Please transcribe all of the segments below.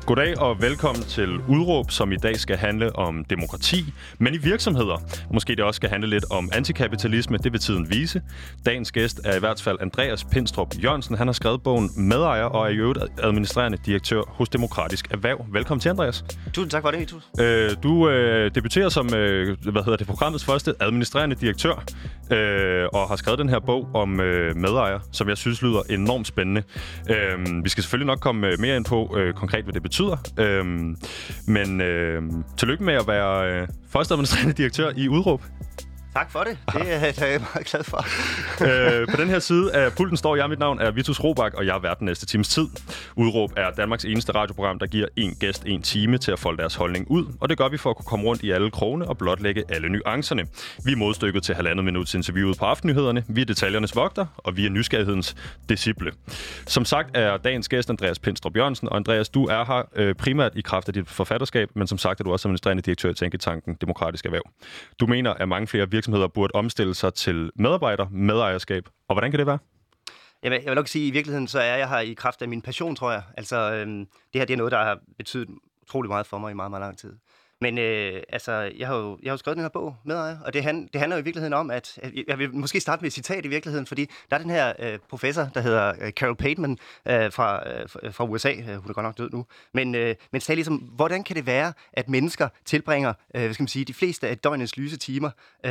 Goddag og velkommen til Udråb, som i dag skal handle om demokrati, men i virksomheder. Måske det også skal handle lidt om antikapitalisme, det vil tiden vise. Dagens gæst er i hvert fald Andreas Pinstrup Jørgensen. Han har skrevet bogen Medejer og er i øvrigt administrerende direktør hos Demokratisk Erhverv. Velkommen til, Andreas. Tusind tak for det, Vitus. Du debuterer som programmets første administrerende direktør og har skrevet den her bog om medejer, som jeg synes lyder enormt spændende. Vi skal selvfølgelig nok komme mere ind på konkret, hvad det betyder. Men tillykke med at være første administrerende direktør i Udråb. Tak for det. Det er jeg meget glad for. På den her side af pulten står jeg. Mit navn er Vitus Robak, og jeg er vært den næste times tid. Udråb er Danmarks eneste radioprogram, der giver en gæst en time til at folde deres holdning ud. Og det gør vi for at kunne komme rundt i alle krogene og blotlægge alle nuancerne. Vi er modstykket til 1,5 minuts interviewet på Aftennyhederne. Vi er detaljernes vogter, og vi er nysgerrighedens disciple. Som sagt er dagens gæst Andreas Pinstrup Jørgensen. Og Andreas, du er her primært i kraft af dit forfatterskab, men som sagt er du også administrerende direktør i tænketanken Demokratisk Erhverv. Du mener, at mange flere virksomheder burde omstille sig til medejerskab. Og hvordan kan det være? Jamen, jeg vil nok sige, at i virkeligheden så er jeg her i kraft af min passion, tror jeg. Altså, det her det er noget, der har betydet utrolig meget for mig i meget, meget lang tid. Men jeg har jo skrevet den her bog, Medejer, og det handler jo i virkeligheden om, at jeg vil måske starte med et citat i virkeligheden, fordi der er den her professor, der hedder Carol Pateman fra USA, hun er godt nok død nu, men sagde ligesom, hvordan kan det være, at mennesker tilbringer, de fleste af døgnets lyse timer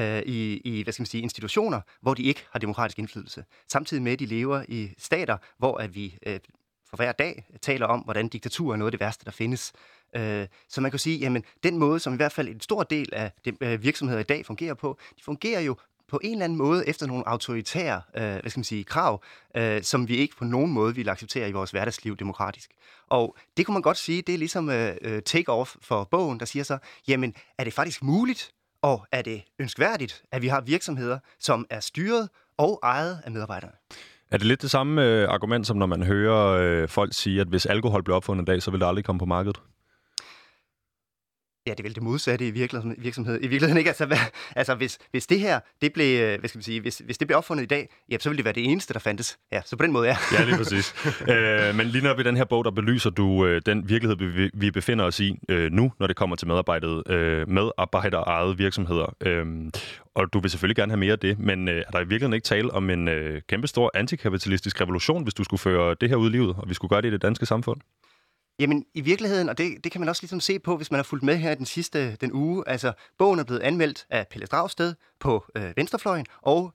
i institutioner, hvor de ikke har demokratisk indflydelse, samtidig med, at de lever i stater, hvor at vi for hver dag taler om, hvordan diktatur er noget af det værste, der findes. Så man kan sige, jamen den måde, som i hvert fald en stor del af virksomheder i dag fungerer på, de fungerer jo på en eller anden måde efter nogle autoritære krav, som vi ikke på nogen måde vil acceptere i vores hverdagsliv demokratisk. Og det kunne man godt sige, det er ligesom take-off for bogen, der siger så, jamen er det faktisk muligt, og er det ønskværdigt, at vi har virksomheder, som er styret og ejet af medarbejderne? Er det lidt det samme argument, som når man hører folk sige, at hvis alkohol blev opfundet en dag, så vil det aldrig komme på markedet? Ja, det er vel det modsatte i virksomhed. I virkeligheden ikke. Hvis det her, det blev, hvis det blev opfundet i dag, ja, så ville det være det eneste, der fandtes. Ja, så på den måde, ja. Ja, lige præcis. Men lige når ved den her bog, der belyser du den virkelighed, vi befinder os i nu, når det kommer til medarbejderejede virksomheder. Og du vil selvfølgelig gerne have mere af det, men er der i virkeligheden ikke tale om en kæmpestor antikapitalistisk revolution, hvis du skulle føre det her ud i livet, og vi skulle gøre det i det danske samfund? Jamen, i virkeligheden, og det kan man også ligesom se på, hvis man har fulgt med her den uge, altså bogen er blevet anmeldt af Pelle Dragsted på Venstrefløjen, og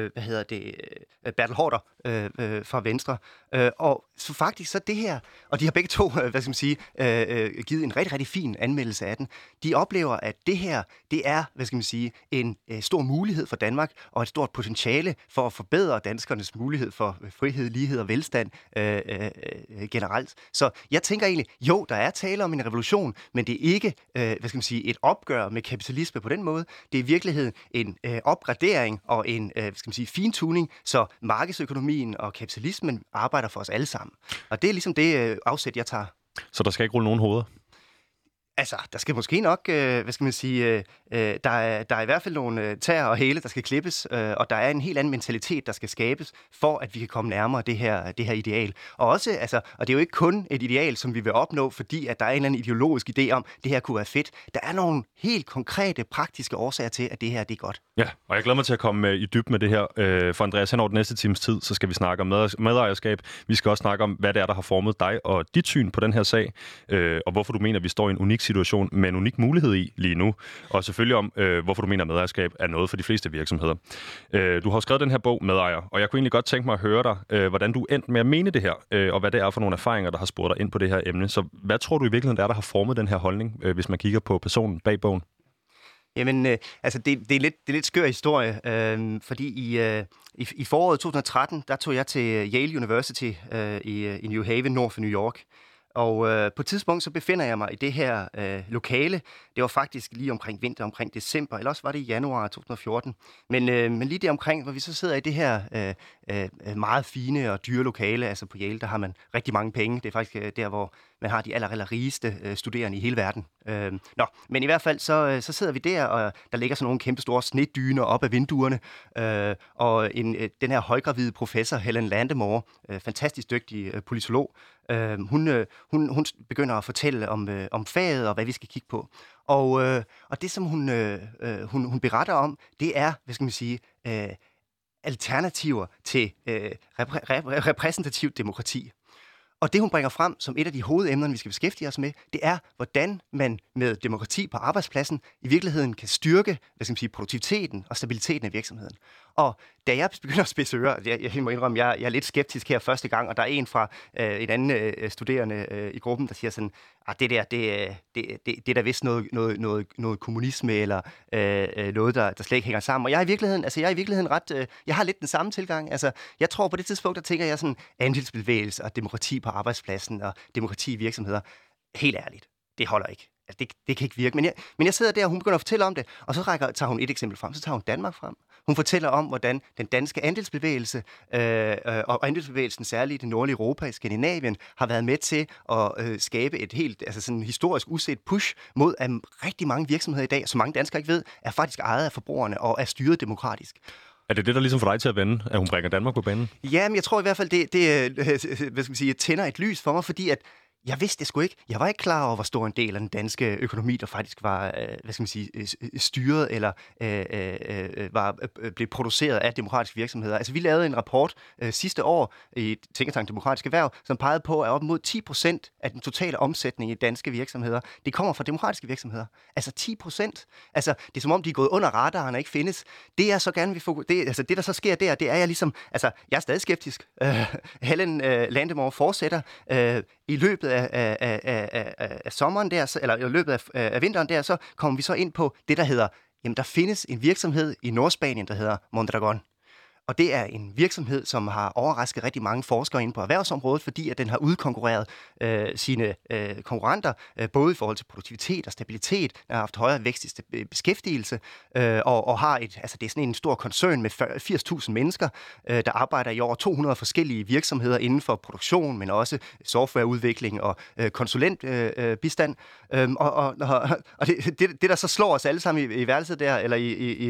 Bertel Haarder fra Venstre. Og så faktisk så det her, og de har begge to, givet en rigtig, rigtig fin anmeldelse af den. De oplever, at det her, det er, en stor mulighed for Danmark, og et stort potentiale for at forbedre danskernes mulighed for frihed, lighed og velstand generelt. Så jeg tænker egentlig, jo, der er tale om en revolution, men det er ikke, et opgør med kapitalisme på den måde. Det er i virkeligheden en opgradering og en, fintuning, så markedsøkonomien og kapitalismen arbejder for os alle sammen. Og det er ligesom det afsæt, jeg tager. Så der skal ikke rulle nogen hoveder? Altså, der skal måske nok, der er i hvert fald nogle tæer og hæle, der skal klippes, og der er en helt anden mentalitet, der skal skabes, for at vi kan komme nærmere det her ideal. Og også, og det er jo ikke kun et ideal, som vi vil opnå, fordi at der er en eller anden ideologisk idé om, at det her kunne være fedt. Der er nogle helt konkrete, praktiske årsager til, at det her det er godt. Ja, og jeg glæder mig til at komme i dybden med det her. For Andreas, hen over den næste times tid, så skal vi snakke om medejerskab. Vi skal også snakke om, hvad det er, der har formet dig og dit syn på den her sag, og hvorfor du mener, at vi står i en unik situation med en unik mulighed i lige nu. Og selvfølgelig om, hvorfor du mener, at medejerskab er noget for de fleste virksomheder. Du har skrevet den her bog, Medejer, og jeg kunne egentlig godt tænke mig at høre dig, hvordan du endte med at mene det her, og hvad det er for nogle erfaringer, der har spurgt dig ind på det her emne. Så hvad tror du i virkeligheden, der har formet den her holdning, hvis man kigger på personen bag bogen? Jamen, det er lidt skør historie, fordi i foråret 2013, der tog jeg til Yale University i New Haven, nord for New York. Og på et tidspunkt, så befinder jeg mig i det her lokale. Det var faktisk lige omkring vinter, omkring december, eller også var det i januar 2014. Men lige der omkring, hvor vi så sidder i det her meget fine og dyre lokale, altså på Yale, der har man rigtig mange penge. Det er faktisk der, hvor man har de aller rigeste studerende i hele verden. Men i hvert fald så sidder vi der, og der ligger sådan nogle kæmpe store snedyner op ad vinduerne, og den her højgravide professor, Helen Landemore, fantastisk dygtig politolog, hun begynder at fortælle om faget og hvad vi skal kigge på. Og det, som hun beretter om, det er, hvad skal man sige, alternativer til repræsentativt demokrati. Og det, hun bringer frem som et af de hovedemner, vi skal beskæftige os med, det er, hvordan man med demokrati på arbejdspladsen i virkeligheden kan styrke, hvad skal man sige, produktiviteten og stabiliteten af virksomheden. Og da jeg begynder at spidse ører, jeg må indrømme, jeg er lidt skeptisk her første gang, og der er en fra en anden studerende i gruppen, der siger sådan, det er da vist noget kommunisme, eller noget, der slet ikke hænger sammen. Og jeg er i virkeligheden ret, jeg har lidt den samme tilgang. Altså, jeg tror på det tidspunkt, der tænker jeg sådan, andelsbevægelse og demokrati på arbejdspladsen og demokrati i virksomheder. Helt ærligt, det holder ikke. Altså, det kan ikke virke. Men jeg sidder der, og hun begynder at fortælle om det, og så tager hun et eksempel frem, så tager hun Danmark frem. Hun fortæller om, hvordan den danske andelsbevægelse, og andelsbevægelsen særligt i det nordlige Europa, i Skandinavien, har været med til at skabe et helt sådan historisk uset push mod, at rigtig mange virksomheder i dag, som mange danskere ikke ved, er faktisk ejet af forbrugerne og er styret demokratisk. Er det det, der ligesom får dig til at vende, at hun bringer Danmark på banen? Ja, men jeg tror i hvert fald, det hvad skal man sige, tænder et lys for mig, fordi at jeg vidste det sgu ikke. Jeg var ikke klar over, hvor stor en del af den danske økonomi, der faktisk var, hvad skal man sige, styret eller blev produceret af demokratiske virksomheder. Altså, vi lavede en rapport sidste år i Tænketank Demokratisk Erhverv, som pegede på, at op mod 10% af den totale omsætning i danske virksomheder, det kommer fra demokratiske virksomheder. Altså 10%. Altså, det er som om, de er gået under radaren og ikke findes. Det jeg så gerne vil det der så sker der, det er jeg ligesom, altså, jeg er stadig skeptisk. Helen Landemore fortsætter i løbet af sommeren der, eller i løbet af vinteren der, så kommer vi så ind på det, der hedder, jamen der findes en virksomhed i Nordspanien, der hedder Mondragon. Og det er en virksomhed, som har overrasket rigtig mange forskere inde på erhvervsområdet, fordi at den har udkonkurreret sine konkurrenter, både i forhold til produktivitet og stabilitet. Den har haft højere vækst i beskæftigelse, og har det er sådan en stor koncern med 80.000 mennesker, der arbejder i over 200 forskellige virksomheder inden for produktion, men også softwareudvikling og konsulentbistand. Og det, der så slår os alle sammen i værelset der, eller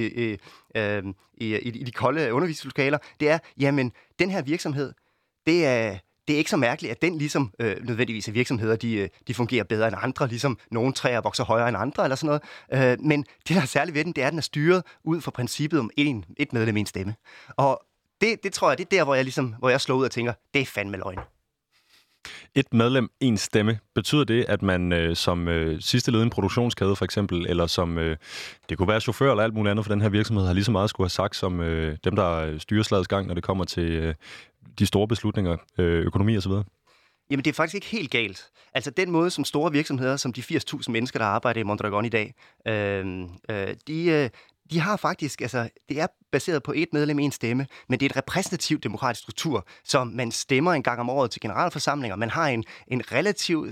i de kolde undervisningslokaler, det er, jamen, den her virksomhed, det er ikke så mærkeligt, at den ligesom nødvendigvis virksomheder, de fungerer bedre end andre, ligesom nogle træer vokser højere end andre, eller sådan noget. Men det, der er særligt ved den, det er, at den er styret ud fra princippet om et medlem, en stemme. Og det tror jeg, det er der, hvor jeg slår ud og tænker, det er fandme løgn. Et medlem, en stemme. Betyder det, at man som sidste led i en produktionskæde for eksempel, eller som, det kunne være chauffør eller alt muligt andet for den her virksomhed, har lige så meget skulle have sagt som dem, der styrer slagets gang, når det kommer til de store beslutninger, økonomi osv.? Jamen, det er faktisk ikke helt galt. Altså, den måde, som store virksomheder, som de 80.000 mennesker, der arbejder i Mondragon i dag, de har faktisk, altså, det er baseret på et medlem, en stemme, men det er et repræsentativt demokratisk struktur, som man stemmer en gang om året til generalforsamlinger. Man har en relativt,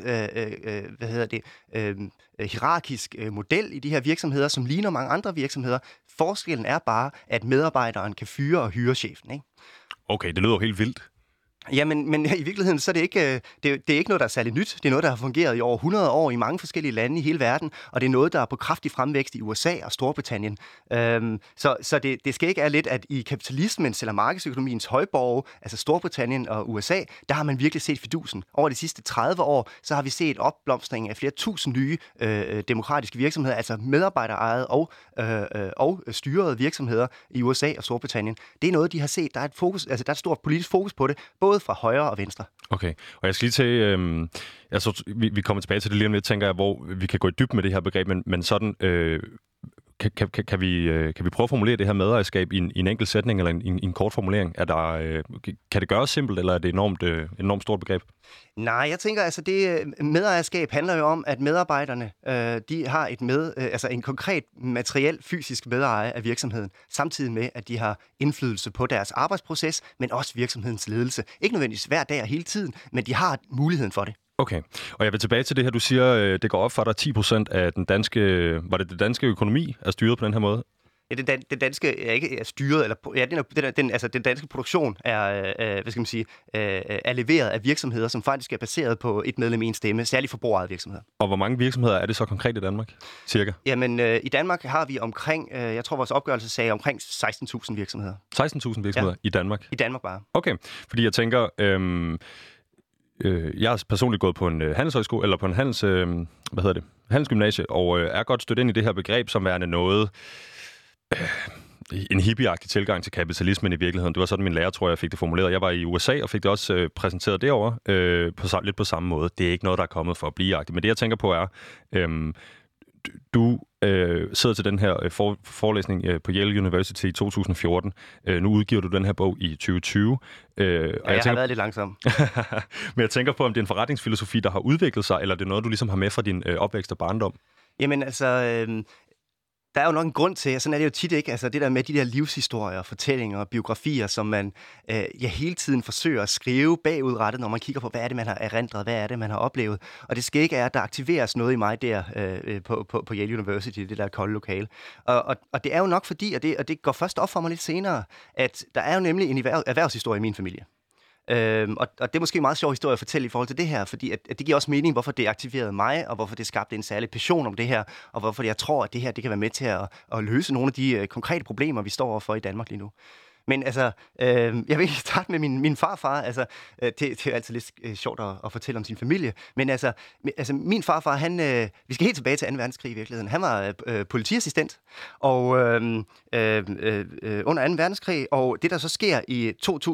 hierarkisk model i de her virksomheder, som ligner mange andre virksomheder. Forskellen er bare, at medarbejderen kan fyre og hyre chefen, ikke? Okay, det lyder helt vildt. Ja, men i virkeligheden så er det er ikke noget, der er særlig nyt. Det er noget, der har fungeret i over 100 år i mange forskellige lande i hele verden, og det er noget, der er på kraftig fremvækst i USA og Storbritannien. Så det skal ikke være lidt, at i kapitalismens eller markedsøkonomiens højborge, altså Storbritannien og USA, der har man virkelig set fidusen. Over de sidste 30 år, så har vi set opblomstring af flere tusind nye demokratiske virksomheder, altså medarbejderejede og styrede virksomheder i USA og Storbritannien. Det er noget, de har set. Der er et stort politisk fokus på det, både fra højre og venstre. Okay, og jeg skal lige til, vi kommer tilbage til det lige om lidt, tænker jeg, hvor vi kan gå i dybden med det her begreb, men sådan, kan vi prøve at formulere det her medejerskab i en enkelt sætning, eller en kort formulering? Kan det gøres simpelt, eller er det et enormt stort begreb? Nej, jeg tænker, altså det medejerskab handler jo om, at medarbejderne, de har en konkret materiel, fysisk medejer af virksomheden, samtidig med, at de har indflydelse på deres arbejdsproces, men også virksomhedens ledelse. Ikke nødvendigvis hver dag og hele tiden, men de har muligheden for det. Okay, og jeg vil tilbage til det her, du siger, det går op for dig 10% af den danske økonomi er styret på den her måde? Ja, den danske er ikke styret, eller den danske produktion er leveret af virksomheder, som faktisk er baseret på et medlem i en stemme, særligt forbrugerejede virksomheder. Og hvor mange virksomheder er det så konkret i Danmark, cirka? Jamen, i Danmark har vi omkring, jeg tror vores opgørelse sagde omkring 16.000 virksomheder. 16.000 virksomheder i Danmark? I Danmark bare. Okay, fordi jeg tænker, jeg har personligt gået på en handelshøjskole, eller på en handelsgymnasie, og er godt stødt ind i det her begreb som værende noget... en hippieagtig tilgang til kapitalismen i virkeligheden. Det var sådan, min lærer, tror jeg, fik det formuleret. Jeg var i USA og fik det også præsenteret derovre lidt på samme måde. Det er ikke noget, der er kommet for at blive-agtigt. Men det, jeg tænker på, er, du sidder til den her forelæsning på Yale University i 2014. Nu udgiver du den her bog i 2020. Og jeg har været lidt langsom. Men jeg tænker på, om det er en forretningsfilosofi, der har udviklet sig, eller det er noget, du ligesom har med fra din opvækst og barndom? Jamen altså... Der er jo nok en grund til, og sådan er det jo tit ikke, altså det der med de der livshistorier, fortællinger og biografier, som man hele tiden forsøger at skrive bagudrettet, når man kigger på, hvad er det, man har erindret, hvad er det, man har oplevet. Og det skal ikke er, at der aktiveres noget i mig der på Yale University, det der kolde lokale. Og det er jo nok fordi, og det går først op for mig lidt senere, at der er jo nemlig en erhvervshistorie i min familie. Og det er måske en meget sjov historie at fortælle i forhold til det her, fordi at det giver også mening, hvorfor det aktiverede mig, og hvorfor det skabte en særlig passion om det her, og hvorfor jeg tror, at det her det kan være med til at løse nogle af de konkrete problemer, vi står overfor i Danmark lige nu. Men altså, jeg vil starte med min farfar. Altså, det er altid lidt sjovt at fortælle om sin familie. Men altså min farfar, vi skal helt tilbage til 2. verdenskrig i virkeligheden. Han var politiassistent og under 2. verdenskrig. Og det, der så sker i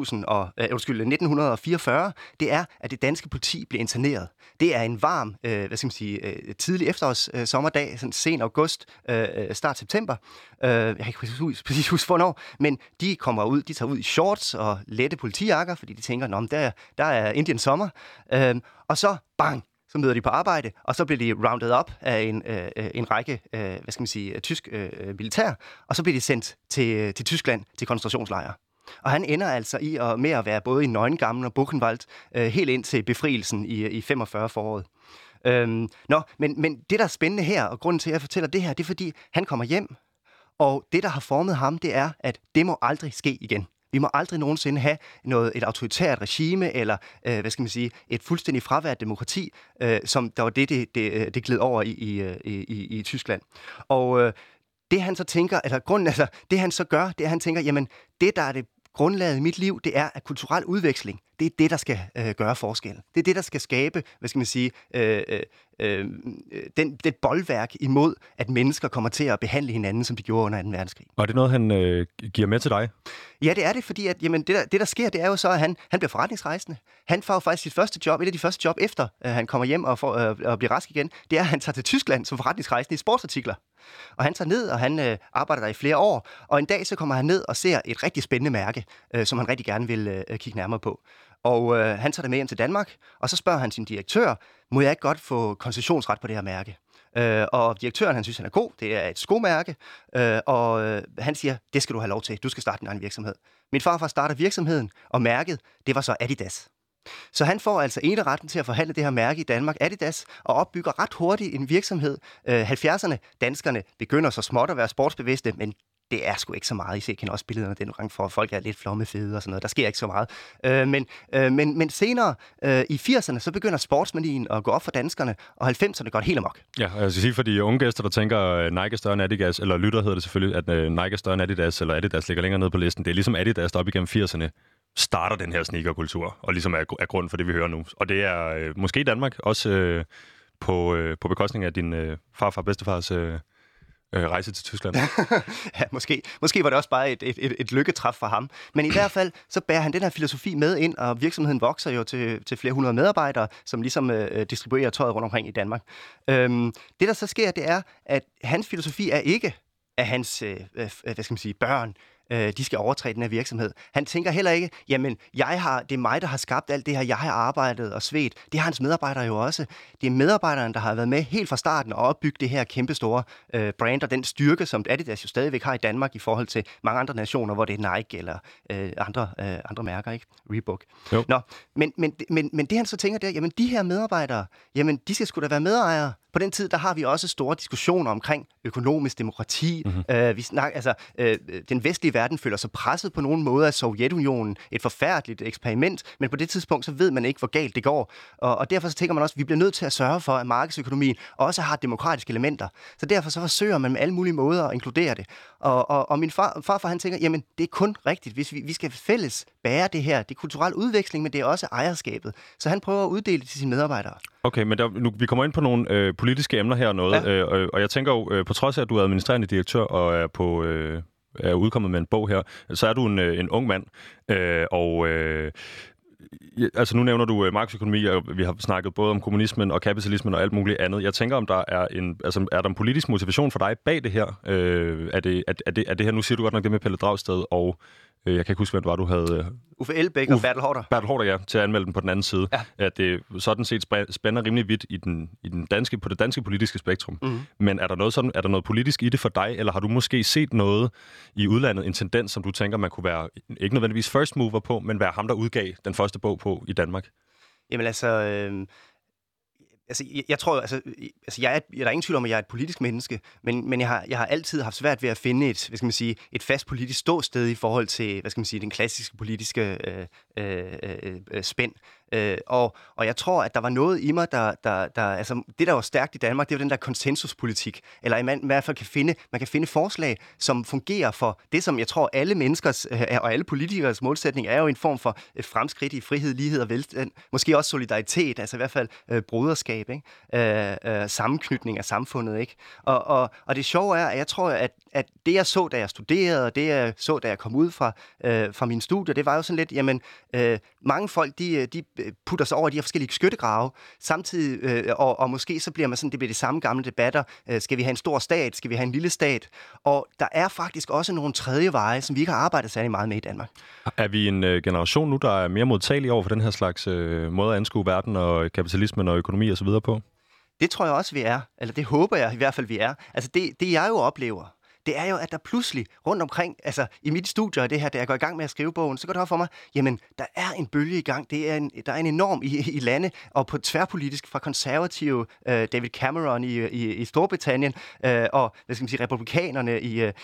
1944, det er, at det danske politi bliver interneret. Det er en varm, tidlig efterårs sommerdag, sådan sen august, start september. Jeg kan ikke præcis huske hvornår, men de tager ud i shorts og lette politijakker, fordi de tænker, der er Indian sommer. Og så, bang, så møder de på arbejde, og så bliver de rounded up af en række, tysk militær, og så bliver de sendt til Tyskland, til koncentrationslejre. Og han ender altså med at være både i Neuengamme og Buchenwald, helt ind til befrielsen i 45 foråret. Men det, der er spændende her, og grunden til, at jeg fortæller det her, det er, fordi han kommer hjem, og det, der har formet ham, det er, at det må aldrig ske igen. Vi må aldrig nogensinde have et autoritært regime, eller et fuldstændig fravært demokrati, som der var det gled over i Tyskland. Og det han så tænker, det han så gør, det er, at han tænker, jamen, det, der er det grundlaget i mit liv, det er, at kulturel udveksling, det er det, der skal gøre forskel. Det er det, der skal skabe, det boldværk imod, at mennesker kommer til at behandle hinanden, som de gjorde under 2. verdenskrig. Og er det noget, han giver med til dig? Ja, det er det, fordi at, det der sker, det er jo så, at han bliver forretningsrejsende. Han får faktisk sit første job, et af de første job, efter han kommer hjem og bliver rask igen, det er, at han tager til Tyskland som forretningsrejsende i sportsartikler. Og han tager ned, og han arbejder der i flere år, og en dag så kommer han ned og ser et rigtig spændende mærke, som han rigtig gerne vil kigge nærmere på. Og han tager det med hjem til Danmark, og så spørger han sin direktør, må jeg ikke godt få koncessionsret på det her mærke? Og direktøren, han synes, han er god. Det er et skomærke. Og han siger, det skal du have lov til. Du skal starte din egen virksomhed. Min farfar starter virksomheden, og mærket, det var så Adidas. Så han får altså eneretten til at forhandle det her mærke i Danmark, Adidas, og opbygger ret hurtigt en virksomhed. 70'erne, danskerne begynder så småt at være sportsbevidste, men det er sgu ikke så meget. I kender også billederne den gang, for folk er lidt flommefede og sådan noget. Der sker ikke så meget. Men senere i 80'erne, så begynder sportsmanien at gå op for danskerne, og 90'erne går det helt amok. Ja, og jeg skal sige for de unge gæster, der tænker Nike er større end Adidas, eller lytter hedder det selvfølgelig, at Nike er større end Adidas, eller Adidas ligger længere nede på listen. Det er ligesom Adidas, der op igennem 80'erne starter den her sneakerkultur, og ligesom er grund for det, vi hører nu. Og det er måske i Danmark også på bekostning af din farfar og bedstefars rejse til Tyskland. Ja, måske var det også bare et lykketræf for ham. Men i hvert fald, så bærer han den her filosofi med ind, og virksomheden vokser jo til flere hundrede medarbejdere, som ligesom distribuerer tøjet rundt omkring i Danmark. Det, der så sker, det er, at hans filosofi er ikke, at hans børn, de skal overtræde den her virksomhed. Han tænker heller ikke, jamen, det er mig, der har skabt alt det her, jeg har arbejdet og svedt. Det har hans medarbejdere jo også. Det er medarbejderne, der har været med helt fra starten og opbygget det her kæmpestore brand og den styrke, som Adidas jo stadigvæk har i Danmark i forhold til mange andre nationer, hvor det er Nike eller andre mærker, ikke? Reebok. Men det han så tænker, det er, jamen, de her medarbejdere, jamen, de skal sgu da være medejere. på den tid, der har vi også store diskussioner omkring økonomisk demokrati. Den vestlige verden føler sig presset på nogen måde af Sovjetunionen. Et forfærdeligt eksperiment, men på det tidspunkt, så ved man ikke, hvor galt det går. Og derfor så tænker man også, at vi bliver nødt til at sørge for, at markedsøkonomien også har demokratiske elementer. Så derfor så forsøger man med alle mulige måder at inkludere det. Og min farfar, han tænker, jamen, det er kun rigtigt, hvis vi skal fælles bære det her. Det er kulturel udveksling, men det er også ejerskabet. Så han prøver at uddele det til sine medarbejdere. Okay, men vi kommer ind på nogle politiske emner her og noget, og jeg tænker jo, på trods af, at du er administrerende direktør og er udkommet med en bog her, så er du en ung mand, altså nu nævner du markedsøkonomi, og vi har snakket både om kommunismen og kapitalismen og alt muligt andet. Jeg tænker, om der er er der en politisk motivation for dig bag det her? Er det her, nu siger du godt nok det med Pelle Dragsted, og jeg kan ikke huske, hvem det var, du havde... Uffe Elbæk og Bertel Haarder. Bertel Haarder, ja, til at anmelde den på den anden side. Ja. At det sådan set spænder rimelig vidt på det danske politiske spektrum. Mm-hmm. Men er der noget politisk i det for dig, eller har du måske set noget i udlandet, en tendens, som du tænker, man kunne være, ikke nødvendigvis first mover på, men være ham, der udgav den første bog på i Danmark? Jamen jeg tror, der er ingen tvivl om, at jeg er et politisk menneske, men jeg har altid haft svært ved at finde et fast politisk ståsted i forhold til, den klassiske politiske spænd. Og jeg tror, at der var noget i mig, det der var stærkt i Danmark, det var den der konsensuspolitik. Eller man i hvert fald man kan finde forslag, som fungerer for det, som jeg tror alle menneskers og alle politikers målsætning er jo en form for et fremskridt i frihed, lighed og velstand. Måske også solidaritet, altså i hvert fald broderskab, ikke? Sammenknytning af samfundet, ikke? Og det sjove er, at jeg tror, at det jeg så, da jeg studerede, og det jeg så, da jeg kom ud fra mine studier, det var jo sådan lidt, mange folk, de putter sig over de her forskellige skyttegrave, samtidig, og måske så bliver man sådan, det bliver de samme gamle debatter. Skal vi have en stor stat? Skal vi have en lille stat? Og der er faktisk også nogle tredje veje, som vi ikke har arbejdet særlig meget med i Danmark. Er vi en generation nu, der er mere modtagelig over for den her slags måde at anskue verden og kapitalismen og økonomi og så videre på? Det tror jeg også, vi er. Eller det håber jeg i hvert fald, vi er. Altså det jeg jo oplever, det er jo, at der pludselig rundt omkring, altså i mit studie og det her, da jeg går i gang med at skrive bogen, så går det op for mig, jamen, der er en bølge i gang. Der er en enorm i lande, og på tværpolitisk fra konservative David Cameron i Storbritannien, og republikanerne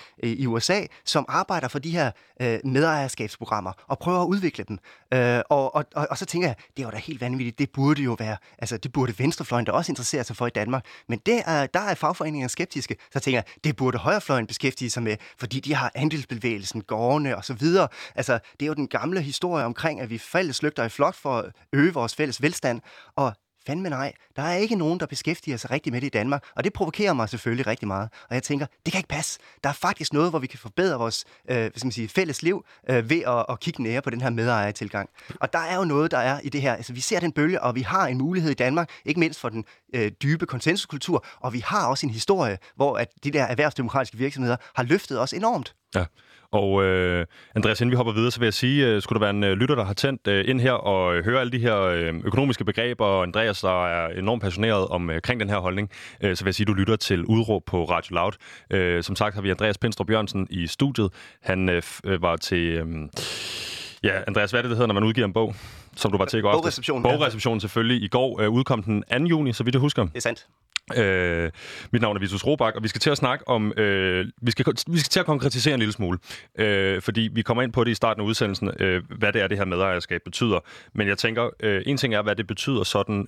i USA, som arbejder for de her medejerskabsprogrammer, og prøver at udvikle dem. Og så tænker jeg, det var da helt vanvittigt. Det burde jo være, det burde venstrefløjen der også interessere sig for i Danmark. Men der er fagforeningerne skeptiske. Så tænker jeg, det burde højrefløjen beskæftige sig med, fordi de har andelsbevægelsen, gårdene og så videre. Altså, det er jo den gamle historie omkring, at vi fælles lygter i flok for at øge vores fælles velstand, og fandme nej, der er ikke nogen, der beskæftiger sig rigtig med det i Danmark, og det provokerer mig selvfølgelig rigtig meget. Og jeg tænker, det kan ikke passe. Der er faktisk noget, hvor vi kan forbedre vores fælles liv ved at kigge nære på den her medejertilgang. Og der er jo noget, der er i det her. Altså, vi ser den bølge, og vi har en mulighed i Danmark, ikke mindst for den dybe konsensuskultur, og vi har også en historie, hvor at de der erhvervsdemokratiske virksomheder har løftet os enormt. Ja. Og Andreas, inden vi hopper videre, så vil jeg sige, skulle der være en lytter, der har tændt ind her og høre alle de her økonomiske begreber, og Andreas, der er enormt passioneret omkring den her holdning, så vil jeg sige, du lytter til Udråb på Radio Loud. Som sagt har vi Andreas Pinstrup Jørgensen i studiet. Han var til... Andreas, hvad er det hedder, når man udgiver en bog, som du var til i går? Bogreceptionen selvfølgelig. I går udkom den 2. juni, så vidt jeg husker. Det er sandt. Mit navn er Vitus Robak, og vi skal til at snakke om... vi skal til at konkretisere en lille smule, fordi vi kommer ind på det i starten af udsendelsen, hvad det er, det her medejerskab betyder. Men jeg tænker, en ting er, hvad det betyder sådan...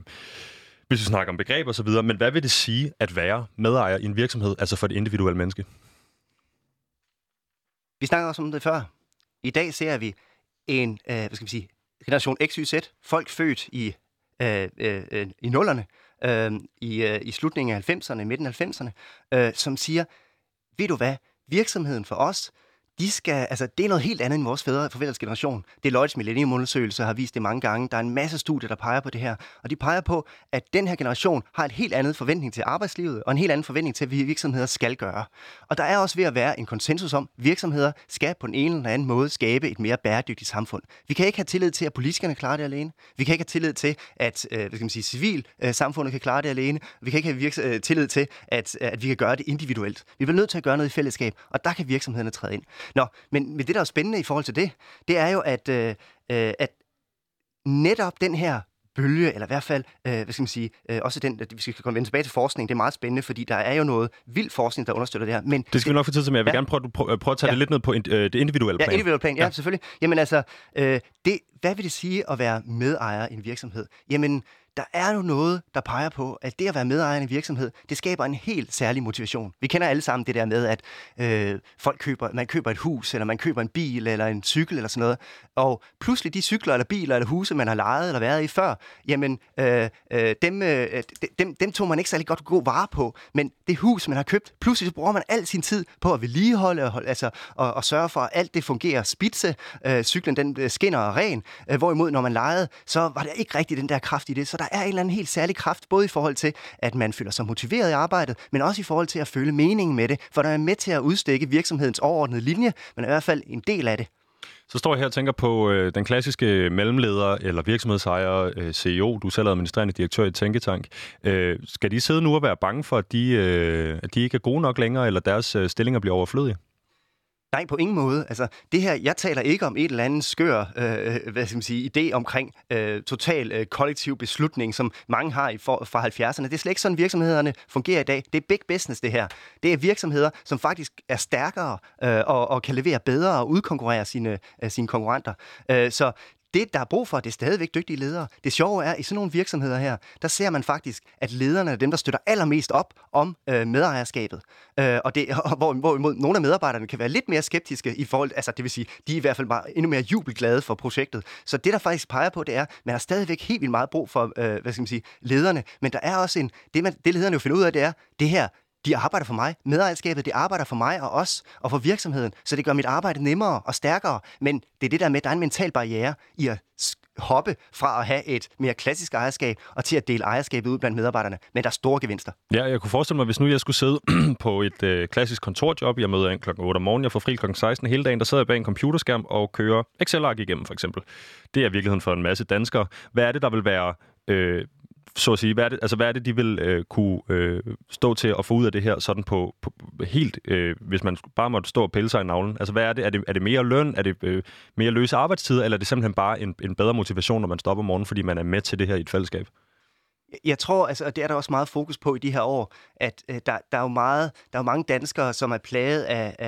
hvis vi snakker om begreb og så videre, men hvad vil det sige at være medejer i en virksomhed, altså for det individuelle menneske? Vi snakker også om det før. I dag ser vi en, generation XYZ, folk født i nullerne, i slutningen af 90'erne, midten af 90'erne, som siger, ved du hvad, virksomheden for os, det er noget helt andet end vores forældres generation. Deloittes Millennium-undersøgelse har vist det mange gange. Der er en masse studier, der peger på det her. Og de peger på, at den her generation har et helt andet forventning til arbejdslivet, og en helt anden forventning til, hvad virksomheder skal gøre. Og der er også ved at være en konsensus om, at virksomheder skal på en eller anden måde skabe et mere bæredygtigt samfund. Vi kan ikke have tillid til, at politikerne klarer det alene. Vi kan ikke have tillid til, at civilsamfundet kan klare det alene. Vi kan ikke have tillid til, at vi kan gøre det individuelt. Vi bliver nødt til at gøre noget i fællesskab, og der kan virksomhederne træde ind. Nå, men det, der er spændende i forhold til det er jo, at netop den her bølge, eller i hvert fald, også den, at vi skal vende tilbage til forskning, det er meget spændende, fordi der er jo noget vild forskning, der understøtter det her. Men det skal vi nok få tid til, men jeg vil gerne prøve at tage det lidt ned på det individuelle plan. Ja, individuelle plan, ja, selvfølgelig. Jamen altså, hvad vil det sige at være medejer i en virksomhed? Jamen, der er jo noget, der peger på, at det at være medejer i en virksomhed, det skaber en helt særlig motivation. Vi kender alle sammen det der med, at man køber et hus, eller man køber en bil, eller en cykel, eller sådan noget, og pludselig de cykler, eller biler, eller huse, man har lejet eller været i før, jamen, dem tog man ikke særlig godt god vare på, men det hus, man har købt, pludselig så bruger man al sin tid på at vedligeholde, og sørge for, at alt det fungerer spidse, cyklen den skinner og ren, hvorimod når man lejede, så var der ikke rigtig den der kraft i det, så der er en eller anden helt særlig kraft, både i forhold til, at man føler sig motiveret i arbejdet, men også i forhold til at føle meningen med det, for der er med til at udstikke virksomhedens overordnede linje, men er i hvert fald en del af det. Så står jeg her og tænker på den klassiske mellemleder eller virksomhedsejer, CEO, du er selv administrerende direktør i Tænketank. Skal de sidde nu og være bange for, at de ikke er gode nok længere, eller deres stillinger bliver overflødige? Nej, på ingen måde. Altså, det her, jeg taler ikke om et eller andet skør idé omkring total kollektiv beslutning, som mange har fra 70'erne. Det er slet ikke sådan, virksomhederne fungerer i dag. Det er big business, det her. Det er virksomheder, som faktisk er stærkere og kan levere bedre og udkonkurrere sine konkurrenter. Så det, der er brug for, det er stadigvæk dygtige ledere. Det sjove er, i sådan nogle virksomheder her, der ser man faktisk, at lederne er dem, der støtter allermest op om medejerskabet. Hvorimod nogle af medarbejderne kan være lidt mere skeptiske i forhold, altså det vil sige, de er i hvert fald bare endnu mere jubelglade for projektet. Så det, der faktisk peger på, det er, at man har stadigvæk helt vildt meget brug for, lederne. Men der er også det lederne jo finder ud af, det er, det her, de arbejder for mig. Medejerskabet, det arbejder for mig og os og for virksomheden, så det gør mit arbejde nemmere og stærkere. Men det er det der med, at der er en mental barriere i at hoppe fra at have et mere klassisk ejerskab og til at dele ejerskabet ud blandt medarbejderne. Men der er store gevinster. Ja, jeg kunne forestille mig, hvis nu jeg skulle sidde på et klassisk kontorjob, jeg møder ind klokken 8 om morgenen, jeg får fri klokken 16 hele dagen, der sidder jeg bag en computerskærm og kører Excel-ark igennem, for eksempel. Det er virkeligheden for en masse danskere. Hvad er det, der vil være så at sige, hvad er det, de vil kunne stå til at få ud af det her, sådan på helt, hvis man bare måtte stå og pille sig i navlen? Altså, hvad er det? Er det mere løn? Er det mere løse arbejdstider? Eller er det simpelthen bare en bedre motivation, når man stopper om morgenen, fordi man er med til det her i et fællesskab? Jeg tror, altså, og det er der også meget fokus på i de her år, at der er jo mange danskere, som er plaget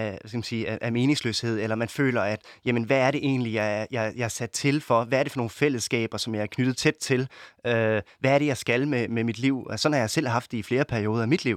af meningsløshed, eller man føler, at jamen, hvad er det egentlig, jeg er sat til for? Hvad er det for nogle fællesskaber, som jeg er knyttet tæt til? Hvad er det, jeg skal med mit liv? Sådan har jeg selv haft det i flere perioder af mit liv.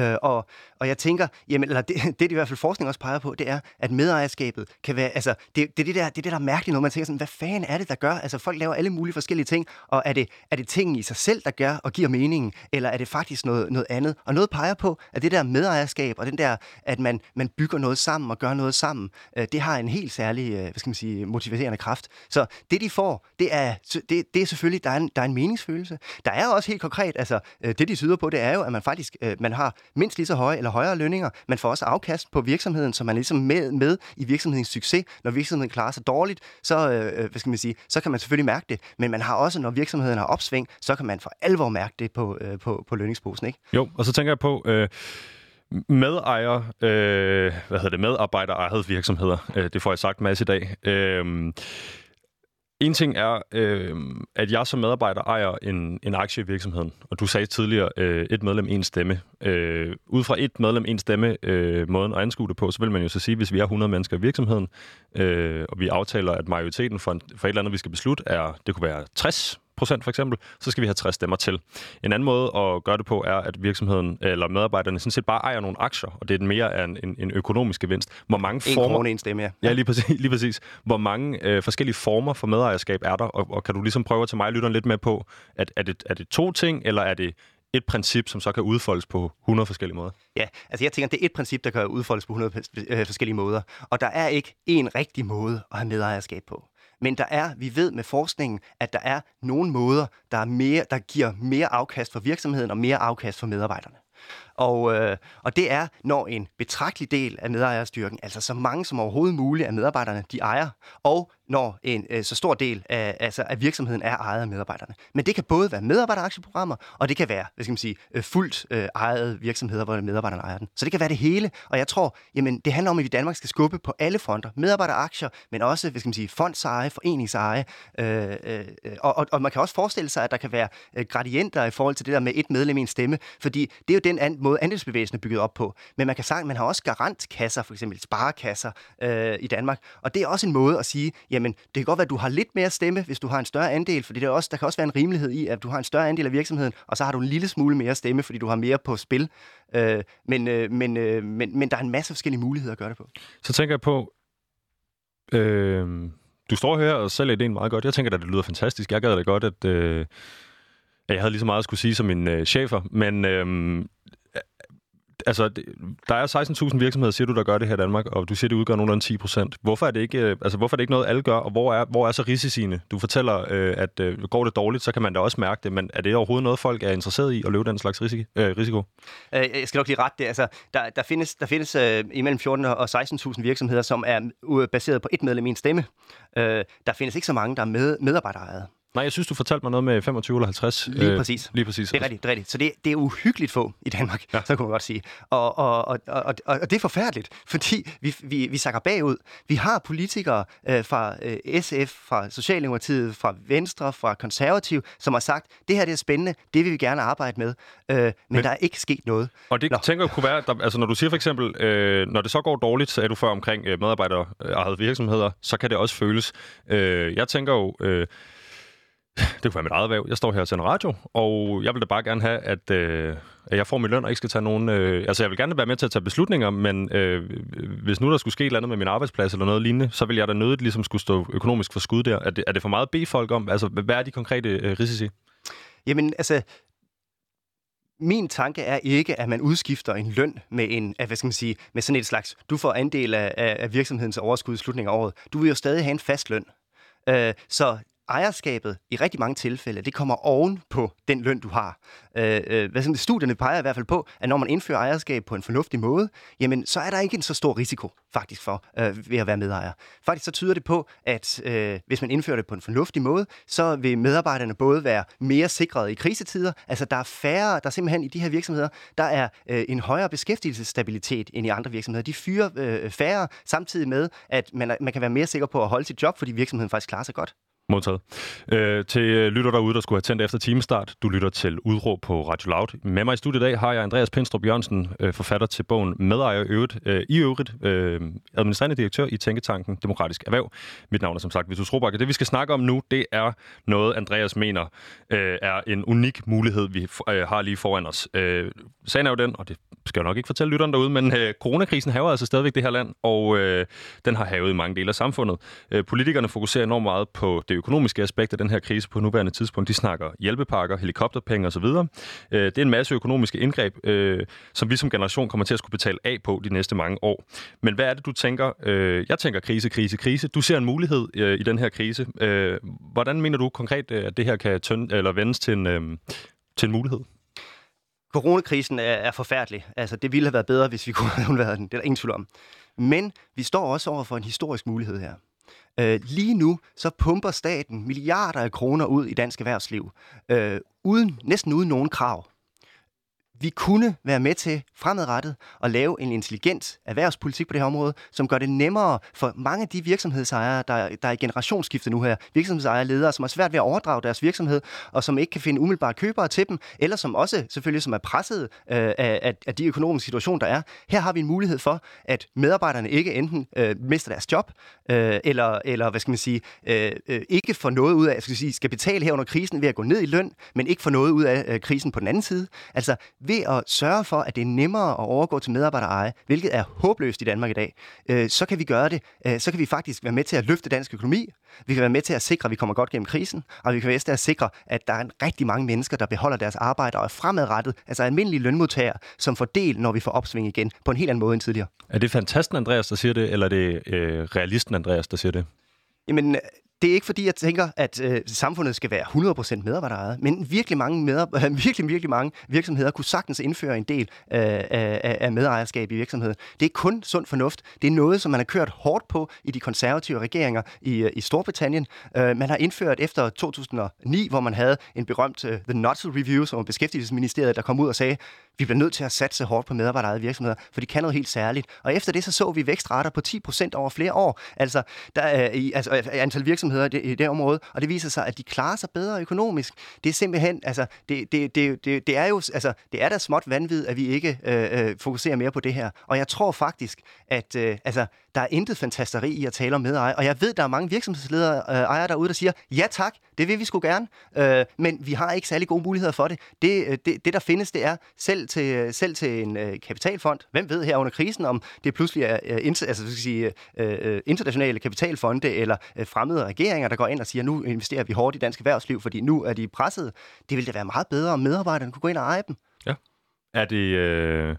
Og jeg tænker, jamen, eller det i hvert fald forskning også peger på, det er, at medejerskabet kan være, altså, det er det, der er mærkeligt, når man tænker sådan, hvad fanden er det, der gør? Altså, folk laver alle mulige forskellige ting, og er det tingene i sig selv, der gør og giver meningen, eller er det faktisk noget andet? Og noget peger på, at det der medejerskab, og den der, at man bygger noget sammen og gør noget sammen, det har en helt særlig, motiverende kraft. Så det, de får, det er selvfølgelig, der er en meningsfølelse. Der er også helt konkret, altså, det de tyder på, det er jo, at man faktisk, man har mindst lige så høje eller højere lønninger. Man får også afkast på virksomheden, så man er ligesom med i virksomhedens succes. Når virksomheden klarer sig dårligt, så, så kan man selvfølgelig mærke det. Men man har også, når virksomheden har opsving, så kan man for alvor mærke det på lønningsposen, ikke? Jo, og så tænker jeg på medarbejderejede virksomheder. Det får jeg sagt masse i dag. En ting er, at jeg som medarbejder ejer en aktie i virksomheden, og du sagde tidligere, et medlem, en stemme. Ud fra et medlem, en stemme, måden at anskue det på, så vil man jo så sige, hvis vi er 100 mennesker i virksomheden, og vi aftaler, at majoriteten for et eller andet, vi skal beslutte, det kunne være 60% for eksempel, så skal vi have 60 stemmer til. En anden måde at gøre det på er, at virksomheden eller medarbejderne sådan set bare ejer nogle aktier, og det er mere af en økonomisk gevinst. Hvor mange former... en stemme, ja. Ja, lige præcis. Hvor mange forskellige former for medejerskab er der, og kan du ligesom prøve at tage mig og lytteren lidt med på, at er det to ting, eller er det et princip, som så kan udfoldes på 100 forskellige måder? Ja, altså jeg tænker, det er et princip, der kan udfoldes på 100 forskellige måder, og der er ikke en rigtig måde at have medejerskab på. Men vi ved med forskningen, at der er nogle måder, der giver mere afkast for virksomheden og mere afkast for medarbejderne. Og det er, når en betragtelig del af medejerstyrken, altså så mange som overhovedet muligt af medarbejderne, de ejer, og når en så stor del af virksomheden er ejet af medarbejderne. Men det kan både være medarbejderaktieprogrammer, og det kan være, fuldt ejede virksomheder, hvor medarbejderne ejer den. Så det kan være det hele, og jeg tror, det handler om, at vi i Danmark skal skubbe på alle fronter. Medarbejderaktier, men også, fondseje, foreningseje, og man kan også forestille sig, at der kan være gradienter i forhold til det der med et medlem i en stemme, fordi det er jo den måde, andelsbevægelsen er bygget op på. Men man kan sige, man har også garantkasser, for eksempel sparekasser i Danmark, og det er også en måde at sige, det kan godt være, at du har lidt mere stemme, hvis du har en større andel, fordi der kan også være en rimelighed i, at du har en større andel af virksomheden, og så har du en lille smule mere stemme, fordi du har mere på spil. Men der er en masse forskellige muligheder at gøre det på. Så tænker jeg på, du står her og sælger ideen meget godt. Jeg tænker, at det lyder fantastisk. Jeg gad da godt, at jeg havde lige så meget at skulle sige som min chefer, men der er 16.000 virksomheder, siger du, der gør det her i Danmark, og du siger, det udgør nogenlunde 10%. Hvorfor er det ikke noget, alle gør, og hvor er så risiciene? Du fortæller, at går det dårligt, så kan man da også mærke det, men er det overhovedet noget, folk er interesseret i at løbe den slags risiko? Jeg skal nok lige rette det. Altså, der findes imellem 14 og 16.000 virksomheder, som er baseret på et medlem i en stemme. Der findes ikke så mange, der er medarbejderejede. Nej, jeg synes, du fortalte mig noget med 25 eller 50. Lige præcis. Det er rigtigt. Så det er uhyggeligt få i Danmark, så kan man godt sige. Og det er forfærdeligt, fordi vi sakker bagud. Vi har politikere fra SF, fra Socialdemokratiet, fra Venstre, fra Konservativ, som har sagt, det her det er spændende, det vil vi gerne arbejde med, men der er ikke sket noget. Og det tænker jeg kunne være, når du siger for eksempel, når det så går dårligt, så er du før omkring medarbejderejede virksomheder, så kan det også føles. Jeg tænker jo... Det kunne være mit eget væv. Jeg står her til en radio, og jeg vil da bare gerne have, at jeg får min løn og ikke skal tage nogen... jeg vil gerne være med til at tage beslutninger, men hvis nu der skulle ske et eller andet med min arbejdsplads eller noget lignende, så vil jeg da nødigt ligesom skulle stå økonomisk for skud der. Er det for meget at bede folk om? Altså, hvad er de konkrete risici? Jamen, min tanke er ikke, at man udskifter en løn med med sådan et slags, du får andel af virksomhedens overskud i slutningen af året. Du vil jo stadig have en fast løn. Så ejerskabet i rigtig mange tilfælde, det kommer oven på den løn, du har. Studierne peger i hvert fald på, at når man indfører ejerskab på en fornuftig måde, jamen, så er der ikke en så stor risiko faktisk for ved at være medejer. Faktisk så tyder det på, at hvis man indfører det på en fornuftig måde, så vil medarbejderne både være mere sikrede i krisetider, altså der er færre, der simpelthen i de her virksomheder, der er en højere beskæftigelsesstabilitet end i andre virksomheder. De fyrer færre, samtidig med, at man kan være mere sikker på at holde sit job, fordi virksomheden faktisk klarer sig godt. Modtaget. Til lytter derude, der skulle have tændt efter timestart. Du lytter til Udråb på Radio Loud. Med mig i studiet i dag har jeg Andreas Pinstrup Jørgensen, forfatter til bogen Medejer i øvrigt, administrerende direktør i Tænketanken Demokratisk Erhverv. Mit navn er som sagt Vitus Robak. Det vi skal snakke om nu, det er noget, Andreas mener er en unik mulighed, vi har lige foran os. Sagen er jo den, og det skal jeg nok ikke fortælle lytteren derude, men coronakrisen haver altså stadigvæk det her land, og den har havet i mange dele af samfundet. Politikerne fokuserer enormt meget på det økonomiske aspekt af den her krise på nuværende tidspunkt. De snakker hjælpepakker, helikopterpenge osv. Det er en masse økonomiske indgreb, som vi som generation kommer til at skulle betale af på de næste mange år. Men hvad er det, du tænker? Jeg tænker krise. Du ser en mulighed i den her krise. Hvordan mener du konkret, at det her kan vendes til en mulighed? Coronakrisen er forfærdelig. Altså, det ville have været bedre, hvis vi kunne have undværet den. Det er der ingen tvivl om. Men vi står også over for en historisk mulighed her. Lige nu så pumper staten milliarder af kroner ud i dansk erhvervsliv, næsten uden nogen krav. Vi kunne være med til fremadrettet at lave en intelligent erhvervspolitik på det her område, som gør det nemmere for mange af de virksomhedsejere, der er i generationsskifte nu her. Virksomhedsejere ledere, som har svært ved at overdrage deres virksomhed, og som ikke kan finde umiddelbart købere til dem, eller som også selvfølgelig som er presset af de økonomiske situationer, der er. Her har vi en mulighed for, at medarbejderne ikke enten mister deres job, eller ikke får noget ud af, skal betale her under krisen ved at gå ned i løn, men ikke får noget ud af krisen på den anden side. Altså ved at sørge for, at det er nemmere at overgå til medarbejdereje, hvilket er håbløst i Danmark i dag, så kan vi gøre det. Så kan vi faktisk være med til at løfte dansk økonomi. Vi kan være med til at sikre, at vi kommer godt gennem krisen, og vi kan være med til at sikre, at der er rigtig mange mennesker, der beholder deres arbejde og er fremadrettet, altså almindelige lønmodtagere, som får del, når vi får opsving igen, på en helt anden måde end tidligere. Er det fantasten Andreas, der siger det, eller er det realisten Andreas, der siger det? Jamen, Det er ikke fordi, jeg tænker, at samfundet skal være 100% medarbejderejet, men virkelig mange virksomheder kunne sagtens indføre en del af medejerskab i virksomheden. Det er kun sund fornuft. Det er noget, som man har kørt hårdt på i de konservative regeringer i Storbritannien. Man har indført efter 2009, hvor man havde en berømt The Nutshell Review, som var Beskæftigelsesministeriet, der kom ud og sagde, vi bliver nødt til at satse hårdt på medarbejderejede virksomheder, for de kan noget helt særligt. Og efter det så vi vækstrater på 10% over flere år. Altså, der er antal virksomheder i det område, og det viser sig, at de klarer sig bedre økonomisk. Det er simpelthen, altså, det er jo, altså, det er da småt vanvid, at vi ikke fokuserer mere på det her. Og jeg tror faktisk, at altså, der er intet fantasteri i at tale om medejer, og jeg ved, der er mange virksomhedsledere, ejere derude, der siger, ja tak, det vil vi sgu gerne, men vi har ikke særlig gode muligheder for det. Det der findes, det er selv til en kapitalfond. Hvem ved her under krisen, om det pludselig er internationale kapitalfonde eller fremmede regeringer, der går ind og siger, nu investerer vi hårdt i dansk erhvervsliv, fordi nu er de presset. Det ville da være meget bedre, om medarbejderne kunne gå ind og eje dem. Ja. Er det...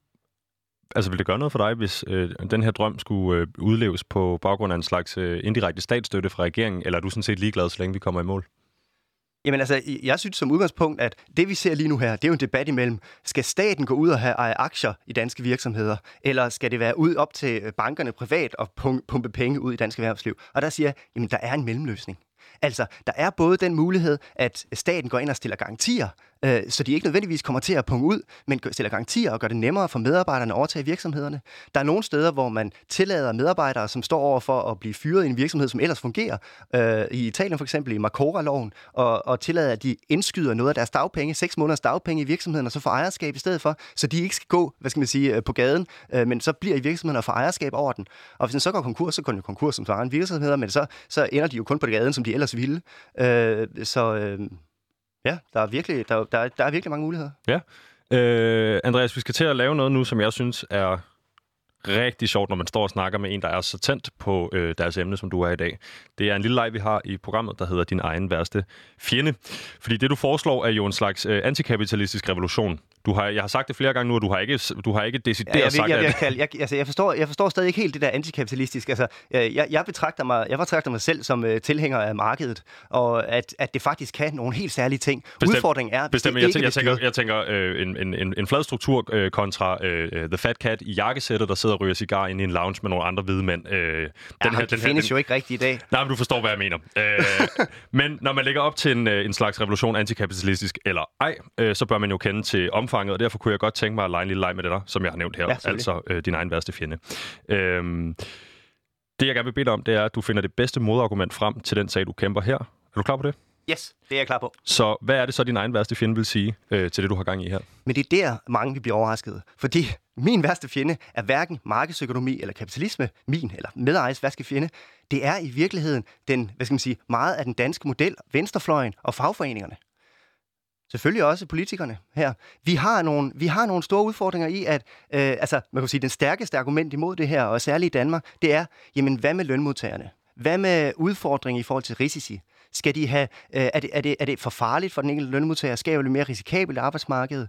Altså, vil det gøre noget for dig, hvis den her drøm skulle udleves på baggrund af en slags indirekte statsstøtte fra regeringen, eller er du sådan set ligeglad, så længe vi kommer i mål? Jamen altså, jeg synes som udgangspunkt, at det vi ser lige nu her, det er jo en debat imellem, skal staten gå ud og eje aktier i danske virksomheder, eller skal det være ud op til bankerne privat og pumpe penge ud i dansk erhvervsliv? Og der siger jeg, jamen der er en mellemløsning. Altså, der er både den mulighed, at staten går ind og stiller garantier, så de ikke nødvendigvis kommer til at punge ud, men stiller garantier og gør det nemmere for medarbejderne at overtage virksomhederne. Der er nogle steder, hvor man tillader medarbejdere, som står over for at blive fyret i en virksomhed, som ellers fungerer. I Italien for eksempel, i Marcora-loven, og tillader, at de indskyder noget af deres dagpenge, 6 måneders dagpenge i virksomheden, og så får ejerskab i stedet for, så de ikke skal gå, på gaden, men så bliver i virksomheden og får ejerskab over den. Og hvis den så går konkurs, så går den jo konkurs som egen virksomheder, men så ender de jo kun på gaden, som de ellers ville. Ja, der er virkelig mange muligheder. Ja. Andreas, vi skal til at lave noget nu, som jeg synes er rigtig sjovt, når man står og snakker med en, der er så tændt på deres emne, som du er i dag. Det er en lille leg, vi har i programmet, der hedder Din egen værste fjende. Fordi det, du foreslår, er jo en slags antikapitalistisk revolution. Jeg har sagt det flere gange nu, og du har ikke decideret sagt det. Jeg forstår stadig ikke helt det der antikapitalistisk. Altså, jeg betragter mig selv som tilhænger af markedet, og at det faktisk kan nogle helt særlige ting. Udfordringen er... Jeg tænker en flad struktur kontra The Fat Cat i jakkesættet, der sidder og ryger cigar inde i en lounge med nogle andre hvide mænd. Det findes jo ikke rigtigt i dag. Nej, men du forstår, hvad jeg mener. Men når man lægger op til en slags revolution, antikapitalistisk eller ej, så bør man jo kende til omfanget, og derfor kunne jeg godt tænke mig at lege en lille leg med det der, som jeg har nævnt her, altså din egen værste fjende. Det, jeg gerne vil bede dig om, det er, at du finder det bedste modargument frem til den sag, du kæmper her. Er du klar på det? Yes, det er jeg klar på. Så hvad er det så, din egen værste fjende vil sige til det, du har gang i her? Men det er der, mange vil blive overrasket. Fordi min værste fjende er hverken markedsøkonomi eller kapitalisme, min eller medejers værste fjende. Det er i virkeligheden meget af den danske model, venstrefløjen og fagforeningerne. Selvfølgelig også politikerne her. Vi har nogle store udfordringer i, at man kan sige, den stærkeste argument imod det her, og særligt i Danmark, det er, jamen hvad med lønmodtagerne? Hvad med udfordringer i forhold til risici? Skal de have, er det for farligt for den enkelte lønmodtager? Skal jo lidt mere risikabelt arbejdsmarked?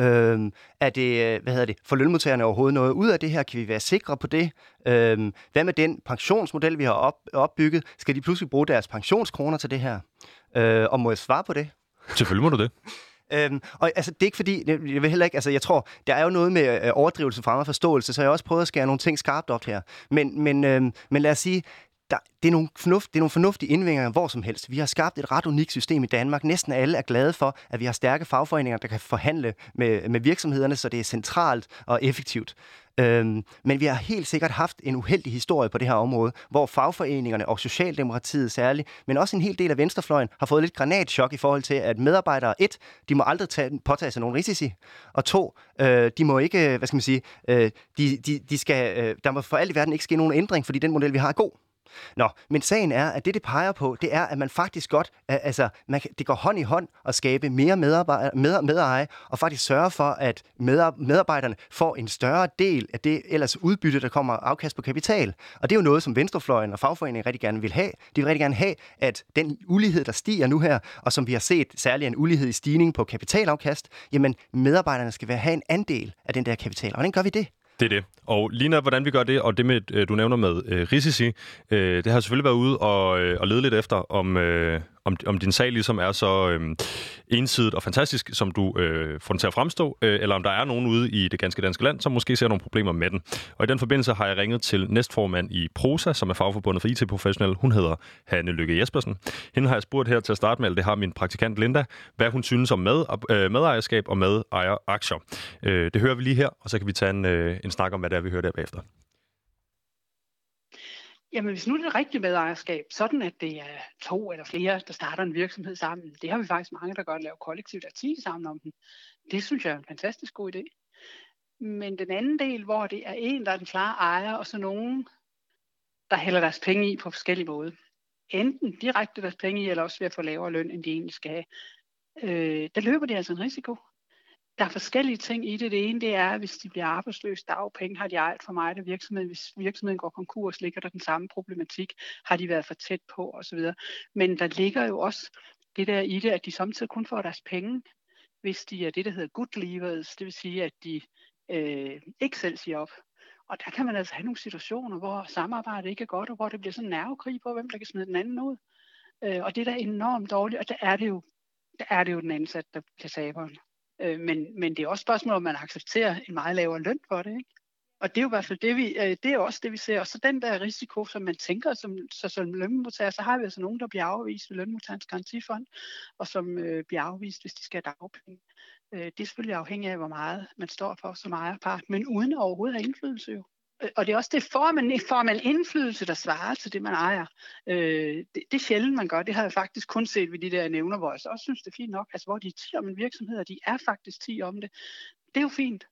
For lønmodtagerne overhovedet noget ud af det her? Kan vi være sikre på det? Hvad med den pensionsmodel, vi har opbygget? Skal de pludselig bruge deres pensionskroner til det her? Og må jeg svare på det? Selvfølgelig må du det. Og altså, det er ikke fordi, jeg vil heller ikke, altså jeg tror, der er jo noget med overdrivelse frem og forståelse, så jeg har også prøvet at skære nogle ting skarpt op her. Men lad os sige, det er nogle fornuftige indvendinger hvor som helst. Vi har skabt et ret unikt system i Danmark. Næsten alle er glade for, at vi har stærke fagforeninger, der kan forhandle med virksomhederne, så det er centralt og effektivt. Men vi har helt sikkert haft en uheldig historie på det her område, hvor fagforeningerne og Socialdemokratiet særligt, men også en hel del af venstrefløjen, har fået lidt granatschok i forhold til, at medarbejdere, de må aldrig påtage sig nogle risici, og 2, de må ikke, der må for alt i verden ikke ske nogen ændring, fordi den model, vi har, er god. Nå, men sagen er, at det peger på, det er, at man faktisk godt, det går hånd i hånd at skabe mere medeje, og faktisk sørge for, at medarbejderne får en større del af det ellers udbytte, der kommer afkast på kapital. Og det er jo noget, som venstrefløjen og fagforeningen rigtig gerne vil have. De vil rigtig gerne have, at den ulighed, der stiger nu her, og som vi har set særligt en ulighed i stigning på kapitalafkast, jamen medarbejderne skal have en andel af den der kapital. Og hvordan gør vi det? Det er det. Og Lina, hvordan vi gør det, og det med, du nævner med risici, det har jeg selvfølgelig været ude og lede lidt efter, om din sag ligesom er så ensidigt og fantastisk, som du får den til at fremstå, eller om der er nogen ude i det ganske danske land, som måske ser nogle problemer med den. Og i den forbindelse har jeg ringet til næstformand i Prosa, som er fagforbundet for IT-professionelle. Hun hedder Hanne Lykke Jespersen. Hende har jeg spurgt her til at starte med, eller det har min praktikant Linda, hvad hun synes om medejerskab og medejeraktier. Det hører vi lige her, og så kan vi tage en snak om, hvad det er, vi hører der bagefter. Jamen, hvis nu det er rigtigt medejerskab, sådan at det er 2 eller flere, der starter en virksomhed sammen, det har vi faktisk mange, der godt lave kollektivt og 10 sammen om den. Det synes jeg er en fantastisk god idé. Men den anden del, hvor det er en, der er den klare ejer, og så nogen, der hælder deres penge i på forskellige måder. Enten direkte deres penge i, eller også ved at få lavere løn, end de egentlig skal have. Der løber de altså en risiko. Der er forskellige ting i det. Det ene, det er, hvis de bliver arbejdsløse, dagpenge har de ejet for meget af virksomheden. Hvis virksomheden går konkurs, ligger der den samme problematik. Har de været for tæt på osv. Men der ligger jo også det der i det, at de samtidig kun får deres penge, hvis de er det, der hedder good leavers. Det vil sige, at de ikke selv siger op. Og der kan man altså have nogle situationer, hvor samarbejdet ikke er godt, og hvor det bliver sådan en nervekrig på, hvem der kan smide den anden ud. Og det er da enormt dårligt, og der er det jo den ansatte, der bliver taberen. Men det er også spørgsmål, om man accepterer en meget lavere løn for det, ikke? Og det er jo i hvert fald det er også det, vi ser. Og så den der risiko, som man tænker som lønmodtager, så har vi altså nogen, der bliver afvist ved Lønmodtagernes Garantifond, og som bliver afvist, hvis de skal have dagpenge. Det er selvfølgelig afhængigt af, hvor meget man står for som ejerpart, men uden overhovedet at have indflydelse jo. Og det er også det, får man indflydelse, der svarer til det, man ejer. Det er sjældent, man gør. Det har jeg faktisk kun set ved de der nævner, hvor jeg så også synes, det er fint nok. Altså, hvor de er 10 om en virksomhed, og de er faktisk 10 om det. Det er jo fint.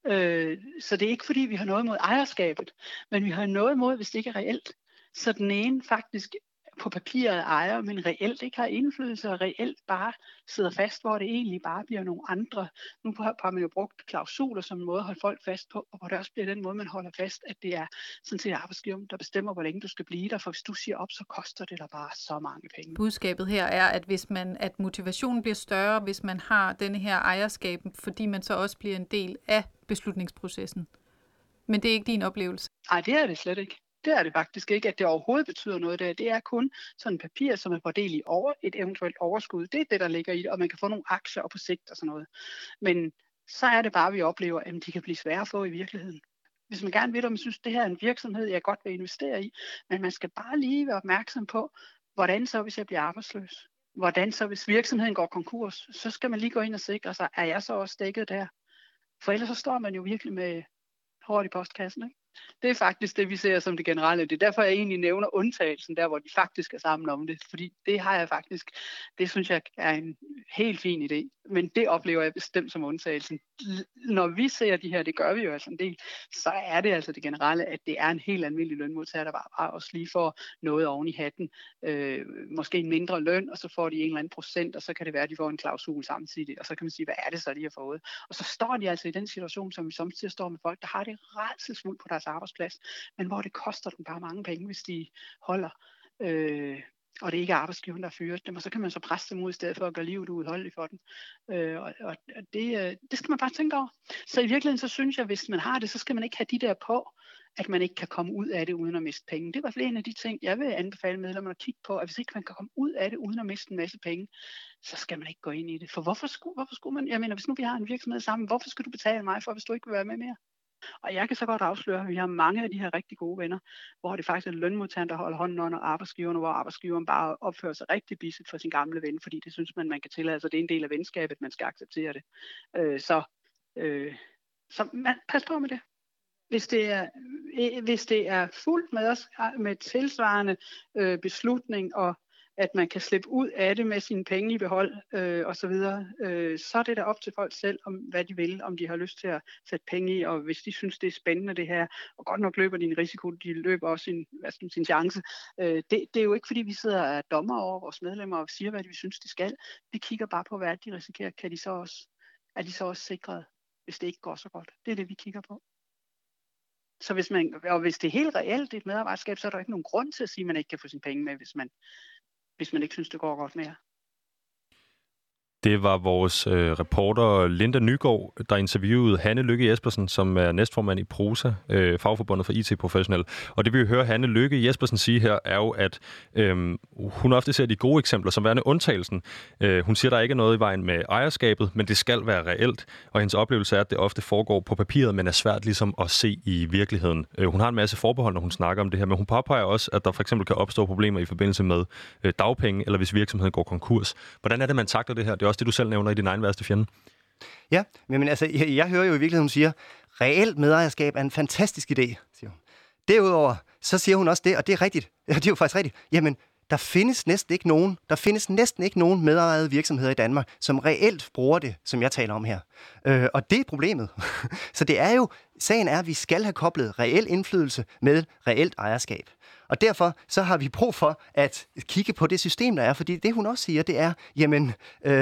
Så det er ikke, fordi vi har noget mod ejerskabet, men vi har noget mod, hvis det ikke er reelt. Så den ene faktisk på papiret ejer, men reelt ikke har indflydelse, og reelt bare sidder fast, hvor det egentlig bare bliver nogle andre. Nu har man jo brugt klausuler som en måde at holde folk fast på, og hvor det også bliver den måde, man holder fast, at det er sådan set arbejdsgiveren, der bestemmer, hvor længe du skal blive der, for hvis du siger op, så koster det dig bare så mange penge. Budskabet her er, at motivationen bliver større, hvis man har denne her ejerskab, fordi man så også bliver en del af beslutningsprocessen. Men det er ikke din oplevelse? Nej, det er det slet ikke. Det er det faktisk ikke, at det overhovedet betyder noget der. Det er kun sådan et papir, som er fordelt over et eventuelt overskud. Det er det, der ligger i det, og man kan få nogle aktier og på sigt og sådan noget. Men så er det bare, at vi oplever, at de kan blive svære at få i virkeligheden. Hvis man gerne vil, og man synes, at det her er en virksomhed, jeg godt vil investere i, men man skal bare lige være opmærksom på, hvordan så, hvis jeg bliver arbejdsløs? Hvordan så, hvis virksomheden går konkurs? Så skal man lige gå ind og sikre sig, er jeg så også dækket der? For ellers så står man jo virkelig med hårdt i postkassen, ikke? Det er faktisk det, vi ser som det generelle. Det er derfor, jeg egentlig nævner undtagelsen der, hvor de faktisk er sammen om det. Fordi det har jeg faktisk, det synes jeg er en helt fin idé. Men det oplever jeg bestemt som undtagelsen. Når vi ser de her, det gør vi jo altså en del, så er det altså det generelle, at det er en helt almindelig lønmodtager, der bare også lige får noget oven i hatten. Måske en mindre løn, og så får de en eller anden procent, og så kan det være, at de får en klausul samtidig. Og så kan man sige, hvad er det så, de har fået? Og så står de altså i den situation, som vi samtidig står med folk, der har det rædselsfuldt på deres arbejdsplads, men hvor det koster dem bare mange penge, hvis de holder, og det ikke er arbejdsgiveren, der fyrer dem, og så kan man så presse dem ud i stedet for at gøre livet uudholdeligt for dem. Og det skal man bare tænke over. Så i virkeligheden, så synes jeg, hvis man har det, så skal man ikke have de der på, at man ikke kan komme ud af det uden at miste penge. Det var flere af de ting, jeg vil anbefale medlemmerne at kigge på, at hvis ikke man kan komme ud af det uden at miste en masse penge, så skal man ikke gå ind i det. For hvorfor skulle man, jeg mener, hvis nu vi har en virksomhed sammen, hvorfor skal du betale mig for, hvis du ikke vil være med mere? Og jeg kan så godt afsløre, at vi har mange af de her rigtig gode venner, hvor det faktisk er lønmodtageren, der holder hånden under arbejdsgiverne, hvor arbejdsgiveren bare opfører sig rigtig bisset for sin gamle ven, fordi det synes man kan tillade sig. Det er en del af venskabet, man skal acceptere det. Så pas på med det. Hvis det er fuldt med tilsvarende beslutning, og at man kan slippe ud af det med sine penge i behold og så videre, så er det da op til folk selv, om hvad de vil, om de har lyst til at sætte penge i, og hvis de synes, det er spændende det her, og godt nok løber de en risiko, de løber også sin chance. Det er jo ikke, fordi vi sidder og er dommer over vores medlemmer og siger, hvad de synes, de skal. Vi kigger bare på, hvad de risikerer. Er de så også sikret, hvis det ikke går så godt? Det er det, vi kigger på. Så hvis det er helt reelt et medarbejderskab, så er der ikke nogen grund til at sige, at man ikke kan få sine penge med, hvis man ikke synes, det går godt mere. Det var vores reporter Linda Nygaard, der interviewede Hanne Lykke Jespersen, som er næstformand i Prosa, fagforbundet for IT-professionelle. Og det vi hører Hanne Lykke Jespersen sige her, er jo, at hun ofte ser de gode eksempler som værende undtagelsen. Hun siger, der ikke er noget i vejen med ejerskabet, men det skal være reelt. Og hendes oplevelse er, at det ofte foregår på papiret, men er svært ligesom at se i virkeligheden. Hun har en masse forbehold, når hun snakker om det her, men hun påpeger også, at der for eksempel kan opstå problemer i forbindelse med dagpenge, eller hvis virksomheden går konkurs. Hvordan er det, man takler det her? Det er også det, du selv nævner i din egen værste fjende. Ja, men altså, jeg hører jo i virkeligheden, hun siger, reelt medejerskab er en fantastisk idé, siger hun. Derudover, så siger hun også det, og det er rigtigt. Det er jo faktisk rigtigt. Jamen, der findes næsten ikke nogen medejede virksomheder i Danmark, som reelt bruger det, som jeg taler om her. Og det er problemet. Så det er jo, sagen er, at vi skal have koblet reel indflydelse med reelt ejerskab. Og derfor så har vi brug for at kigge på det system, der er, fordi det, hun også siger, det er, jamen,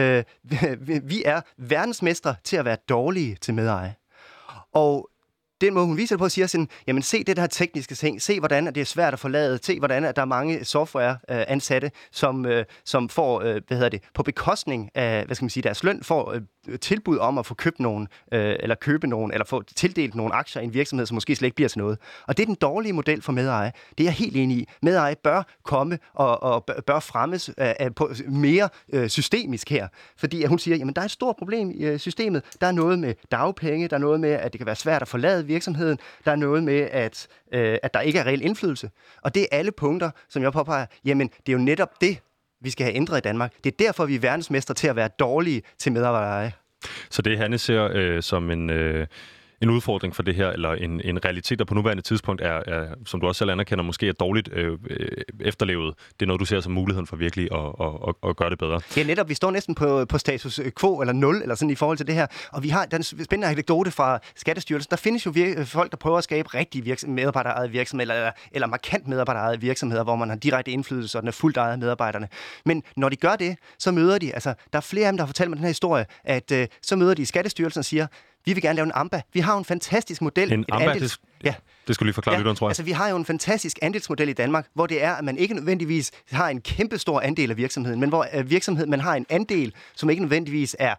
vi er verdensmestre til at være dårlige til medeje. Og den måde, hun viser det på, siger sådan, jamen se det der tekniske ting, se hvordan det er svært at forlade, se hvordan der er mange softwareansatte, som får, på bekostning af, deres løn, får tilbud om at få købt nogen, eller få tildelt nogle aktier i en virksomhed, som måske slet ikke bliver til noget. Og det er den dårlige model for medeje. Det er jeg helt enig i. Medeje bør komme og bør fremmes på mere systemisk her. Fordi hun siger, jamen der er et stort problem i systemet. Der er noget med dagpenge, der er noget med, at det kan være svært at forlade virksomheden, der er noget med, at der ikke er reel indflydelse. Og det er alle punkter, som jeg påpeger, jamen det er jo netop det, vi skal have ændret i Danmark. Det er derfor, vi er verdensmestre til at være dårlige til medarbejdereje. Så det, Hanne ser som en udfordring for det her, eller en realitet, der på nuværende tidspunkt er som du også selv anerkender, måske er dårligt efterlevet. Det er noget, du ser som muligheden for virkelig at gøre det bedre. Ja, netop. Vi står næsten på status quo eller 0, eller sådan i forhold til det her. Og vi har den spændende anekdote fra Skattestyrelsen. Der findes jo folk, der prøver at skabe rigtige medarbejderejede virksomheder, eller markant medarbejderejede virksomheder, hvor man har direkte indflydelse, og den er fuldt ejet af medarbejderne. Men når de gør det, så møder de, altså der er flere af dem, der har fortalt mig den her historie, at så møder de Skattestyrelsen og siger, vi vil gerne lave en AMBA. Vi har jo en fantastisk model. En AMBA, det skulle lige forklare lytteren, tror jeg. Altså, vi har jo en fantastisk andelsmodel i Danmark, hvor det er, at man ikke nødvendigvis har en kæmpestor andel af virksomheden, men hvor man har en andel, som ikke nødvendigvis er,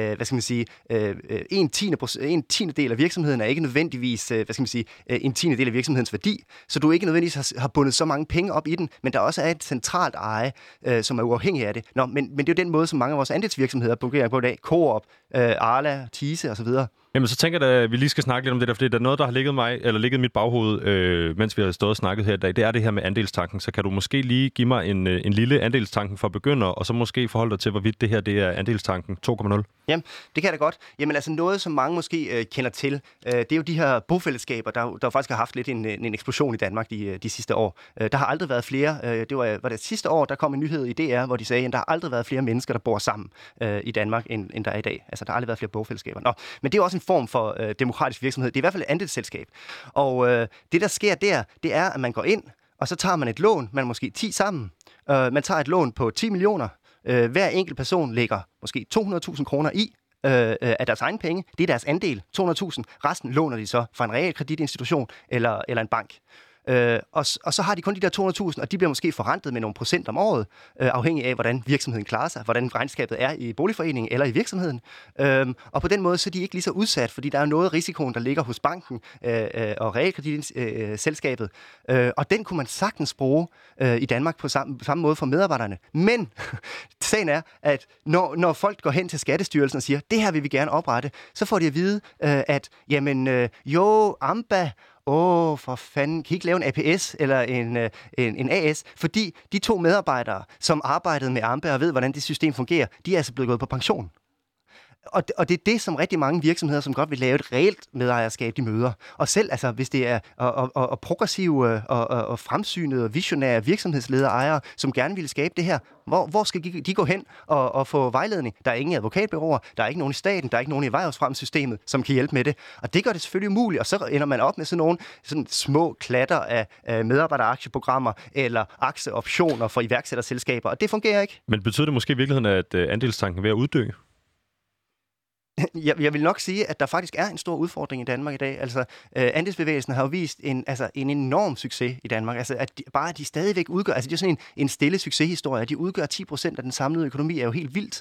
en tiendedel af virksomheden er ikke nødvendigvis, en tiendedel af virksomhedens værdi, så du ikke nødvendigvis har bundet så mange penge op i den, men der også er et centralt eje, som er uafhængig af det. Men det er jo den måde, som mange af vores andelsvirksomheder fungerer på i dag. Coop, Arla, Thise osv. Jamen, så tænker jeg, at vi lige skal snakke lidt om det der, fordi der er noget, der har ligget i mit baghoved, mens vi har stået og snakket her i dag. Det er det her med andelstanken. Så kan du måske lige give mig en lille andelstanken for begyndere, og så måske forholde dig til, hvorvidt det her det er andelstanken 2.0? Jamen, det kan jeg da godt. Jamen, altså noget, som mange måske kender til, det er jo de her bofællesskaber, der faktisk har haft lidt en eksplosion i Danmark de sidste år. Der har aldrig været flere. Det var det sidste år, der kom en nyhed i DR, hvor de sagde, at der har aldrig været flere mennesker, der bor sammen i Danmark, end der er i dag. Altså, der har aldrig været flere bofællesskaber. Men det er også en form for demokratisk virksomhed. Det er i hvert fald et andelsselskab. Og det, der sker der, det er, at man går ind, og så tager man et lån, man måske 10 sammen. Man tager et lån på 10 millioner. Hver enkelt person lægger måske 200.000 kroner i af deres egen penge. Det er deres andel, 200.000. Resten låner de så fra en realkreditinstitution eller en bank. Og så har de kun de der 200.000, og de bliver måske forrentet med nogle procent om året, afhængig af, hvordan virksomheden klarer sig, hvordan regnskabet er i boligforeningen eller i virksomheden. Og på den måde så er de ikke lige så udsat, fordi der er noget risikoen, der ligger hos banken og realkreditselskabet. Og den kunne man sagtens bruge i Danmark på samme måde for medarbejderne. Men sagen er, at når folk går hen til Skattestyrelsen og siger, det her vil vi gerne oprette, så får de at vide, at jamen, AMBA, for fanden, kan I ikke lave en APS eller en AS? Fordi de 2 medarbejdere, som arbejdede med AMBA og ved, hvordan det system fungerer, de er altså blevet gået på pension. Og det er det, som rigtig mange virksomheder, som godt vil lave et reelt medejerskab, de møder. Og selv, altså, hvis det er og progressive og fremsynede og visionære virksomhedsledere og ejere, som gerne vil skabe det her, hvor skal de gå hen og få vejledning? Der er ingen advokatbureauer, der er ikke nogen i staten, der er ikke nogen i erhvervsfremsystemet, som kan hjælpe med det. Og det gør det selvfølgelig umuligt, og så ender man op med sådan små klatter af medarbejderaktieprogrammer eller aktieoptioner for iværksætterselskaber, og det fungerer ikke. Men betyder det måske i virkeligheden, at andelstanken er ved at uddø? Jeg vil nok sige, at der faktisk er en stor udfordring i Danmark i dag. Altså, andelsbevægelsen har jo vist en enorm succes i Danmark. Altså, at de stadigvæk udgør, altså det er sådan en stille succeshistorie. De udgør 10% af den samlede økonomi, er jo helt vildt.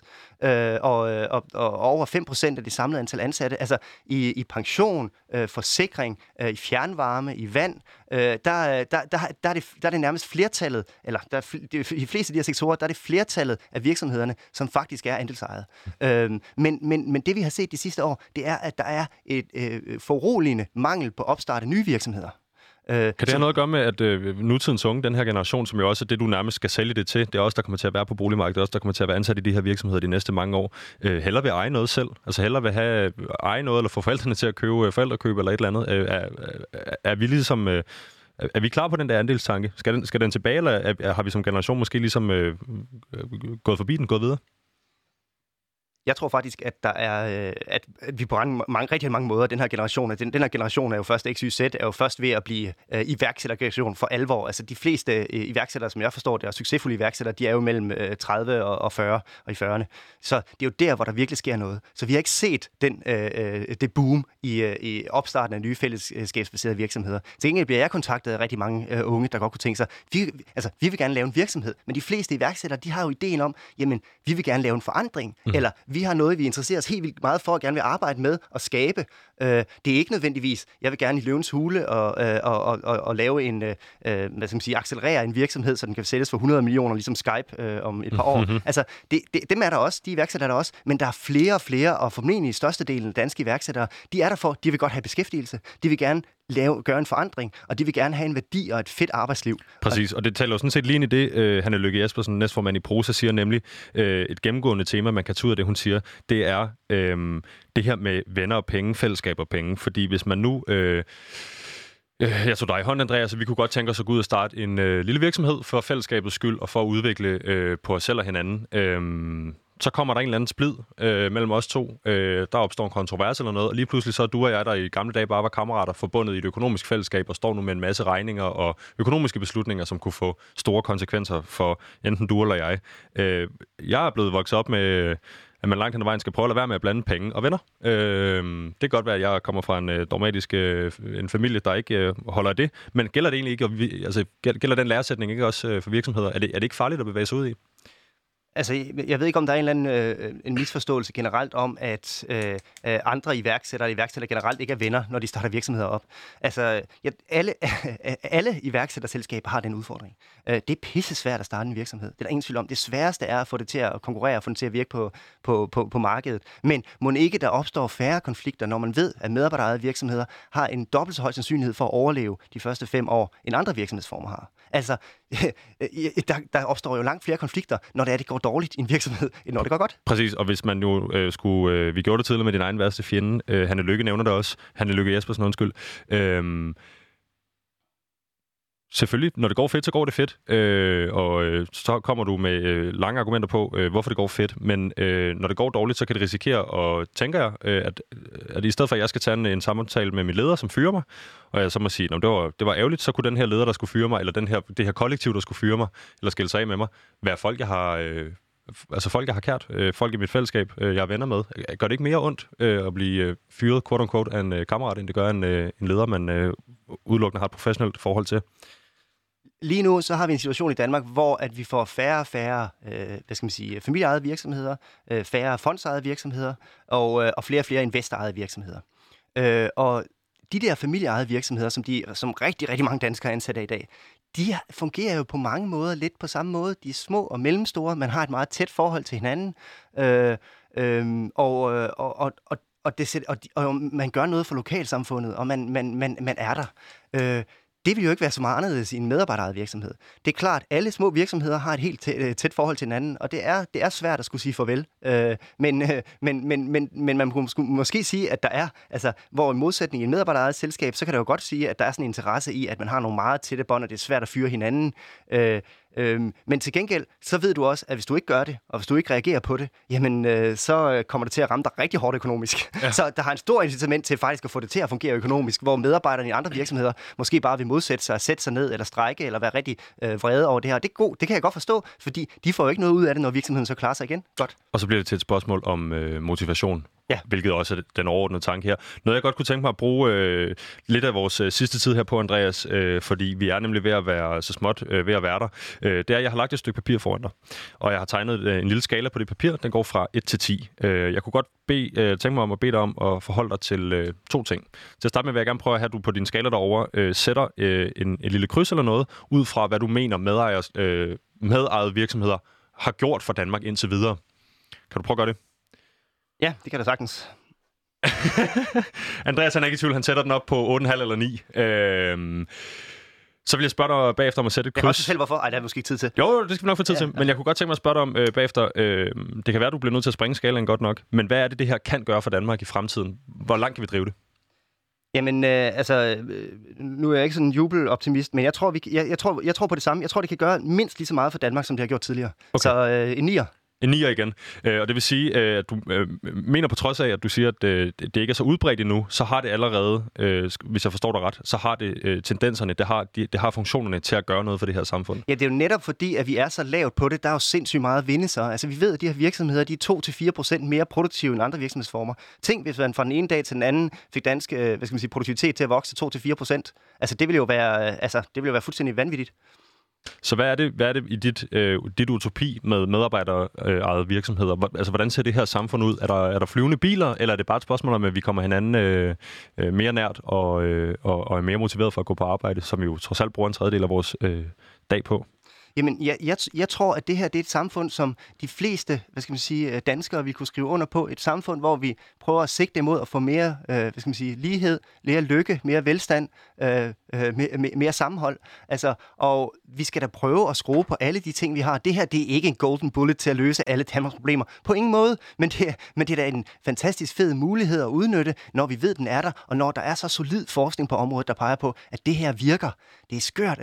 Og over 5% af det samlede antal ansatte. Altså, i pension, forsikring, i fjernvarme, i vand, der er det nærmest flertallet, eller i fleste af de her sektorer, der er det flertallet af virksomhederne, som faktisk er andelsejet. Men det, vi har set de sidste år, det er, at der er et foruroligende mangel på opstarte nye virksomheder. Kan det have noget at gøre med, at nutidens unge, den her generation, som jo også er det, du nærmest skal sælge det til, det er også, der kommer til at være på boligmarkedet, det er også, der kommer til at være ansat i de her virksomheder de næste mange år, hellere vil eje noget selv, altså hellere vil eje noget, eller få forældrene til at købe forældrekøb eller et eller andet. Er vi ligesom... Er vi klar på den der andelstanke? Skal den tilbage, eller har vi som generation måske ligesom gået forbi den, gået videre? Jeg tror faktisk, at der er, at vi på rigtig mange måder, den her generation er jo først XYZ, er jo først ved at blive iværksættergeneration for alvor. Altså de fleste iværksættere, som jeg forstår det, og succesfulde iværksættere, de er jo mellem 30 og 40 og i 40'erne. Så det er jo der, hvor der virkelig sker noget. Så vi har ikke set det boom i opstarten af nye fællesskabsbaserede virksomheder. Til gengæld bliver jeg kontaktet af rigtig mange unge, der godt kunne tænke sig, vi vil gerne lave en virksomhed, men de fleste iværksættere, de har jo ideen om, jamen, vi vil gerne lave en forandring, eller vi har noget, vi interesserer os helt vildt meget for, og gerne vil arbejde med og skabe. Det er ikke nødvendigvis, jeg vil gerne i Løvens Hule og lave en, accelerere en virksomhed, så den kan sælges for 100 millioner, ligesom Skype om et par år. Altså, dem er der også, de iværksættere er der også, men der er flere og flere, og formentlig størstedelen af danske iværksættere, de er der for, de vil godt have beskæftigelse, de vil gerne gøre en forandring, og de vil gerne have en værdi og et fedt arbejdsliv. Præcis, og det taler jo sådan set lige ind i det, Hanne Lykke Jespersen, næstformand i Prosa, siger, nemlig et gennemgående tema, man kan tage ud af det, hun siger, det er det her med venner og penge, fællesskab og penge. Fordi hvis man nu... jeg tog dig i hånd, Andreas, og vi kunne godt tænke os at gå ud og starte en lille virksomhed for fællesskabets skyld og for at udvikle på os selv og hinanden. Så kommer der en eller anden splid mellem os to. Der opstår en kontrovers eller noget, og lige pludselig så er du og jeg, der i gamle dage bare var kammerater, forbundet i et økonomisk fællesskab, og står nu med en masse regninger og økonomiske beslutninger, som kunne få store konsekvenser for enten du eller jeg. Jeg er blevet vokset op med, at man langt hen ad vejen skal prøve at lade være med at blande penge og venner. Det kan godt være, at jeg kommer fra en dogmatisk en familie, der ikke holder af det, men gælder det egentlig ikke, gælder den læresætning ikke også for virksomheder? Er det ikke farligt at bevæge sig ud i? Altså, jeg ved ikke, om der er en eller anden en misforståelse generelt om, at andre iværksættere generelt ikke er venner, når de starter virksomheder op. Altså, alle iværksætterselskaber har den udfordring. Det er pisse svært at starte en virksomhed. Det er der ingen tvivl om. Det sværeste er at få det til at konkurrere og få det til at virke på markedet. Men må ikke der opstår færre konflikter, når man ved, at medarbejderejede virksomheder har en dobbelt så høj sandsynlighed for at overleve de første 5 år, end andre virksomhedsformer har. Altså, der opstår jo langt flere konflikter, når det går dårligt i en virksomhed, end når det går godt. Præcis, og hvis man nu skulle... vi gjorde det tidligere med din egen værste fjende. Hanne Lykke nævner det også. Hanne Lykke Jespersen, undskyld. Selvfølgelig, når det går fedt, så går det fedt. Og så kommer du med lange argumenter på, hvorfor det går fedt. Men når det går dårligt, så kan det risikere, og tænker jeg, at i stedet for, at jeg skal tage en samtale med min leder, som fyrer mig, og jeg så må sige, det var ærgerligt, så kunne den her leder, der skulle fyre mig, eller det her kollektiv, der skulle fyre mig, eller skille sig af med mig, være folk, jeg har... folk, jeg har kært, folk i mit fællesskab, jeg er venner med. Gør det ikke mere ondt at blive fyret, quote unquote, af en kammerat, end det gør en leder, man udelukkende har et professionelt forhold til? Lige nu så har vi en situation i Danmark, hvor at vi får færre og færre familieejede virksomheder, færre fondsejede virksomheder og flere og flere investorejede virksomheder. Og de der familieejede virksomheder, som rigtig, rigtig mange danskere er ansat af i dag, de fungerer jo på mange måder lidt på samme måde. De er små og mellemstore. Man har et meget tæt forhold til hinanden. Og man gør noget for lokalsamfundet, og man er der. Det vil jo ikke være så meget anderledes i en medarbejderejet virksomhed. Det er klart, at alle små virksomheder har et helt tæt forhold til hinanden, og det er svært at skulle sige farvel. Men man kunne måske sige, at der er, altså, hvor i modsætning i et medarbejderejet selskab, så kan det jo godt sige, at der er sådan en interesse i, at man har nogle meget tætte bånd, og det er svært at fyre hinanden. Men til gengæld, så ved du også, at hvis du ikke gør det, og hvis du ikke reagerer på det, jamen, så kommer det til at ramme dig rigtig hårdt økonomisk. Ja. Så der har en stor incitament til faktisk at få det til at fungere økonomisk, hvor medarbejderne i andre virksomheder måske bare vil modsætte sig, sætte sig ned eller strejke, eller være rigtig vrede over det her. Det kan jeg godt forstå, fordi de får jo ikke noget ud af det, når virksomheden så klarer sig igen. Godt. Og så bliver det til et spørgsmål om motivation. Ja. Hvilket også er den overordnede tanke her. Noget, jeg godt kunne tænke mig at bruge lidt af vores sidste tid her på, Andreas, fordi vi er nemlig ved at være så småt ved at være der, det er, at jeg har lagt et stykke papir foran dig, og jeg har tegnet en lille skala på det papir. Den går fra 1 til 10. Jeg kunne godt tænke mig om at bede dig om at forholde dig til 2 ting. Til at starte med vil jeg gerne prøve at have, at du på din skala derovre sætter en lille kryds eller noget, ud fra hvad du mener medejede virksomheder har gjort for Danmark indtil videre. Kan du prøve at gøre det? Ja, det kan da sagtens. Andreas, han er ikke i tvivl. Han sætter den op på 8,5 eller 9. Så vil jeg spørge dig bagefter om at sætte et kryds. Jeg kan også selv hvorfor. Ej, det har jeg måske ikke tid til. Jo, det skal vi nok få tid til. Men jeg kunne godt tænke mig at spørge dig om bagefter. Det kan være, at du bliver nødt til at springe skalaen godt nok. Men hvad er det her kan gøre for Danmark i fremtiden? Hvor langt kan vi drive det? Jamen, nu er jeg ikke sådan en jubeloptimist, men jeg tror på det samme. Jeg tror, det kan gøre mindst lige så meget for Danmark, som det har gjort tidligere. Okay. Så en 9'er. En 9'er igen. Og det vil sige, at du mener på trods af, at du siger, at det ikke er så udbredt endnu, så har det allerede, hvis jeg forstår dig ret, så har det tendenserne, det har funktionerne til at gøre noget for det her samfund. Ja, det er jo netop fordi, at vi er så lavt på det. Der er jo sindssygt meget at vinde så. Altså, vi ved, at de her virksomheder, de er 2-4% mere produktive end andre virksomhedsformer. Tænk, hvis man fra den ene dag til den anden fik dansk produktivitet til at vokse 2-4%. Altså, det ville jo være fuldstændig vanvittigt. Så hvad er det i dit utopi med medarbejderejede virksomheder? Altså, hvordan ser det her samfund ud? Er der flyvende biler, eller er det bare et spørgsmål om, at vi kommer hinanden mere nært og er mere motiveret for at gå på arbejde, som vi jo trods alt bruger en tredjedel af vores dag på? Jamen, jeg tror, at det her det er et samfund, som de fleste, danskere vil kunne skrive under på. Et samfund, hvor vi prøver at sigte imod at få mere, lighed, mere lykke, mere velstand, mere sammenhold. Altså, og vi skal da prøve at skrue på alle de ting, vi har. Det her, det er ikke en golden bullet til at løse alle Danmarks problemer. På ingen måde, men det er da en fantastisk fed mulighed at udnytte, når vi ved, den er der, og når der er så solid forskning på området, der peger på, at det her virker. Det er skørt,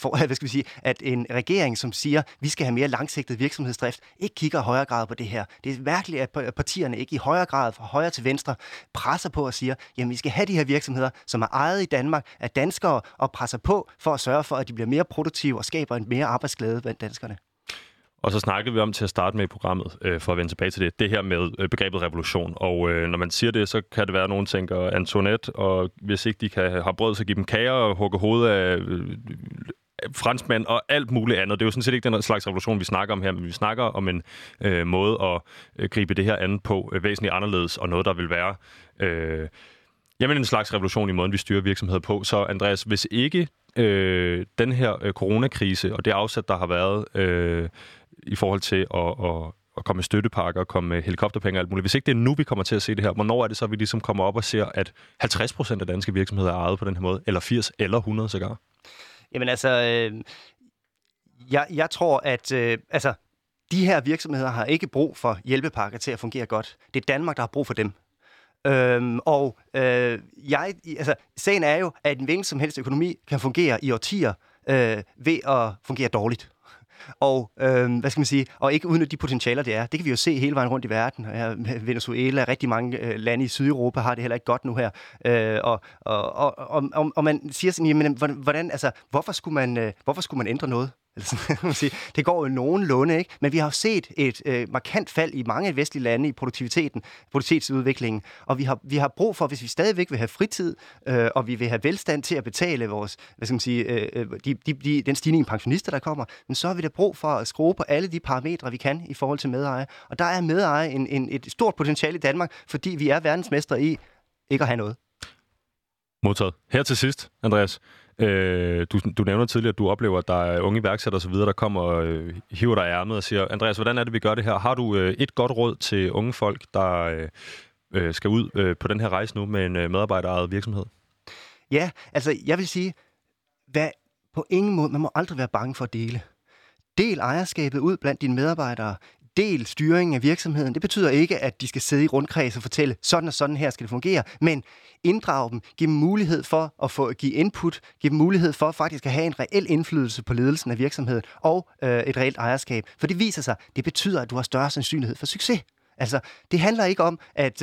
at en regering, som siger, at vi skal have mere langsigtet virksomhedsdrift, ikke kigger i højere grad på det her. Det er virkelig, at partierne ikke i højere grad fra højre til venstre presser på og siger, jamen vi skal have de her virksomheder, som er ejet i Danmark af danskere, og presser på for at sørge for, at de bliver mere produktive og skaber en mere arbejdsglæde blandt danskerne. Og så snakkede vi om til at starte med i programmet, for at vende tilbage til det her med begrebet revolution. Og når man siger det, så kan det være, at nogen tænker Antoinette, og hvis ikke de kan have brød, så give dem kager og hugge hovedet af franskmænd og alt muligt andet. Det er jo sådan set ikke den slags revolution, vi snakker om her, men vi snakker om en måde at gribe det her an på væsentligt anderledes, og noget, der vil være en slags revolution i måden, vi styrer virksomheder på. Så Andreas, hvis ikke den her coronakrise og det afsæt, der har været i forhold til at komme med støttepakker, komme med helikopterpenge og alt muligt. Hvis ikke det er nu, vi kommer til at se det her, hvornår er det så, vi ligesom kommer op og ser, at 50% af danske virksomheder er ejet på den her måde, eller 80 eller 100 sågar? Jamen altså, jeg tror, at de her virksomheder har ikke brug for hjælpepakker til at fungere godt. Det er Danmark, der har brug for dem. Sagen er jo, at en hvilken som helst økonomi kan fungere i årtier ved at fungere dårligt. Og, og ikke udnytte de potentialer, det er. Det kan vi jo se hele vejen rundt i verden. Venezuela, rigtig mange lande i Sydeuropa har det heller ikke godt nu her. Og man siger sådan, jamen, hvorfor skulle man ændre noget? Det går jo nogenlunde, ikke? Men vi har jo set et markant fald i mange vestlige lande i produktivitetsudviklingen, og vi har brug for, hvis vi stadigvæk vil have fritid, og vi vil have velstand til at betale vores, den stigning i pensionister, der kommer, men så har vi da brug for at skrue på alle de parametre, vi kan i forhold til medeje. Og der er medeje et stort potentiale i Danmark, fordi vi er verdensmestre i ikke at have noget. Modtaget. Her til sidst, Andreas. Du nævner tidligere, at du oplever, at der er unge iværksættere og så videre, der kommer og hiver dig i ærmet og siger, Andreas, hvordan er det, vi gør det her? Har du et godt råd til unge folk, der skal ud på den her rejse nu med en medarbejderejet virksomhed? Ja, altså jeg vil sige, på ingen måde, man må aldrig være bange for at dele. Del ejerskabet ud blandt dine medarbejdere. Del styringen af virksomheden. Det betyder ikke, at de skal sidde i rundkreds og fortælle, sådan og sådan her skal det fungere, men inddrag dem, give dem mulighed for at give input, give dem mulighed for faktisk at have en reel indflydelse på ledelsen af virksomheden og et reelt ejerskab. For det viser sig, det betyder, at du har større sandsynlighed for succes. Altså, det handler ikke om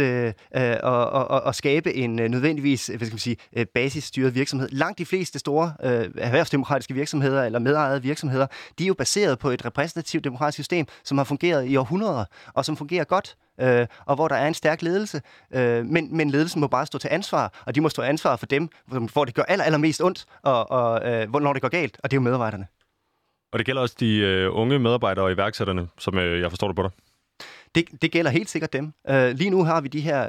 at skabe en nødvendigvis basisstyret virksomhed. Langt de fleste store erhvervsdemokratiske virksomheder eller medejede virksomheder, de er jo baseret på et repræsentativt demokratisk system, som har fungeret i århundreder, og som fungerer godt. Og hvor der er en stærk ledelse, men ledelsen må bare stå til ansvar, og de må stå ansvar for dem, hvor det gør allermest ondt, og når det går galt, og det er jo medarbejderne. Og det gælder også de unge medarbejdere og iværksætterne, som jeg forstår det på dig. Det gælder helt sikkert dem. Lige nu har vi de her,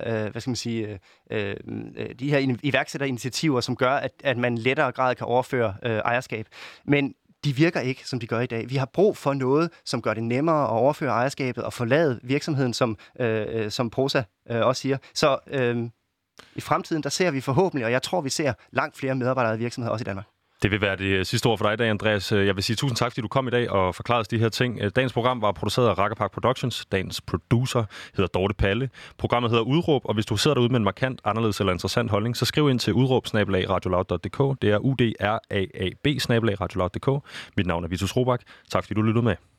de her iværksætterinitiativer, som gør, at man lettere grad kan overføre ejerskab. Men de virker ikke, som de gør i dag. Vi har brug for noget, som gør det nemmere at overføre ejerskabet og forlade virksomheden, som Prosa også siger. Så i fremtiden, der ser vi forhåbentlig, og jeg tror, vi ser langt flere medarbejdere i virksomheder også i Danmark. Det vil være det sidste ord for dig i dag, Andreas. Jeg vil sige tusind tak, fordi du kom i dag og forklarede os de her ting. Dagens program var produceret af Rakkerpark Productions. Dagens producer hedder Dorte Palle. Programmet hedder Udråb, og hvis du sidder derude med en markant, anderledes eller interessant holdning, så skriv ind til udråb@radioloud.dk. Det er udraab@radioloud.dk. Mit navn er Vitus Robak. Tak fordi du lyttede med.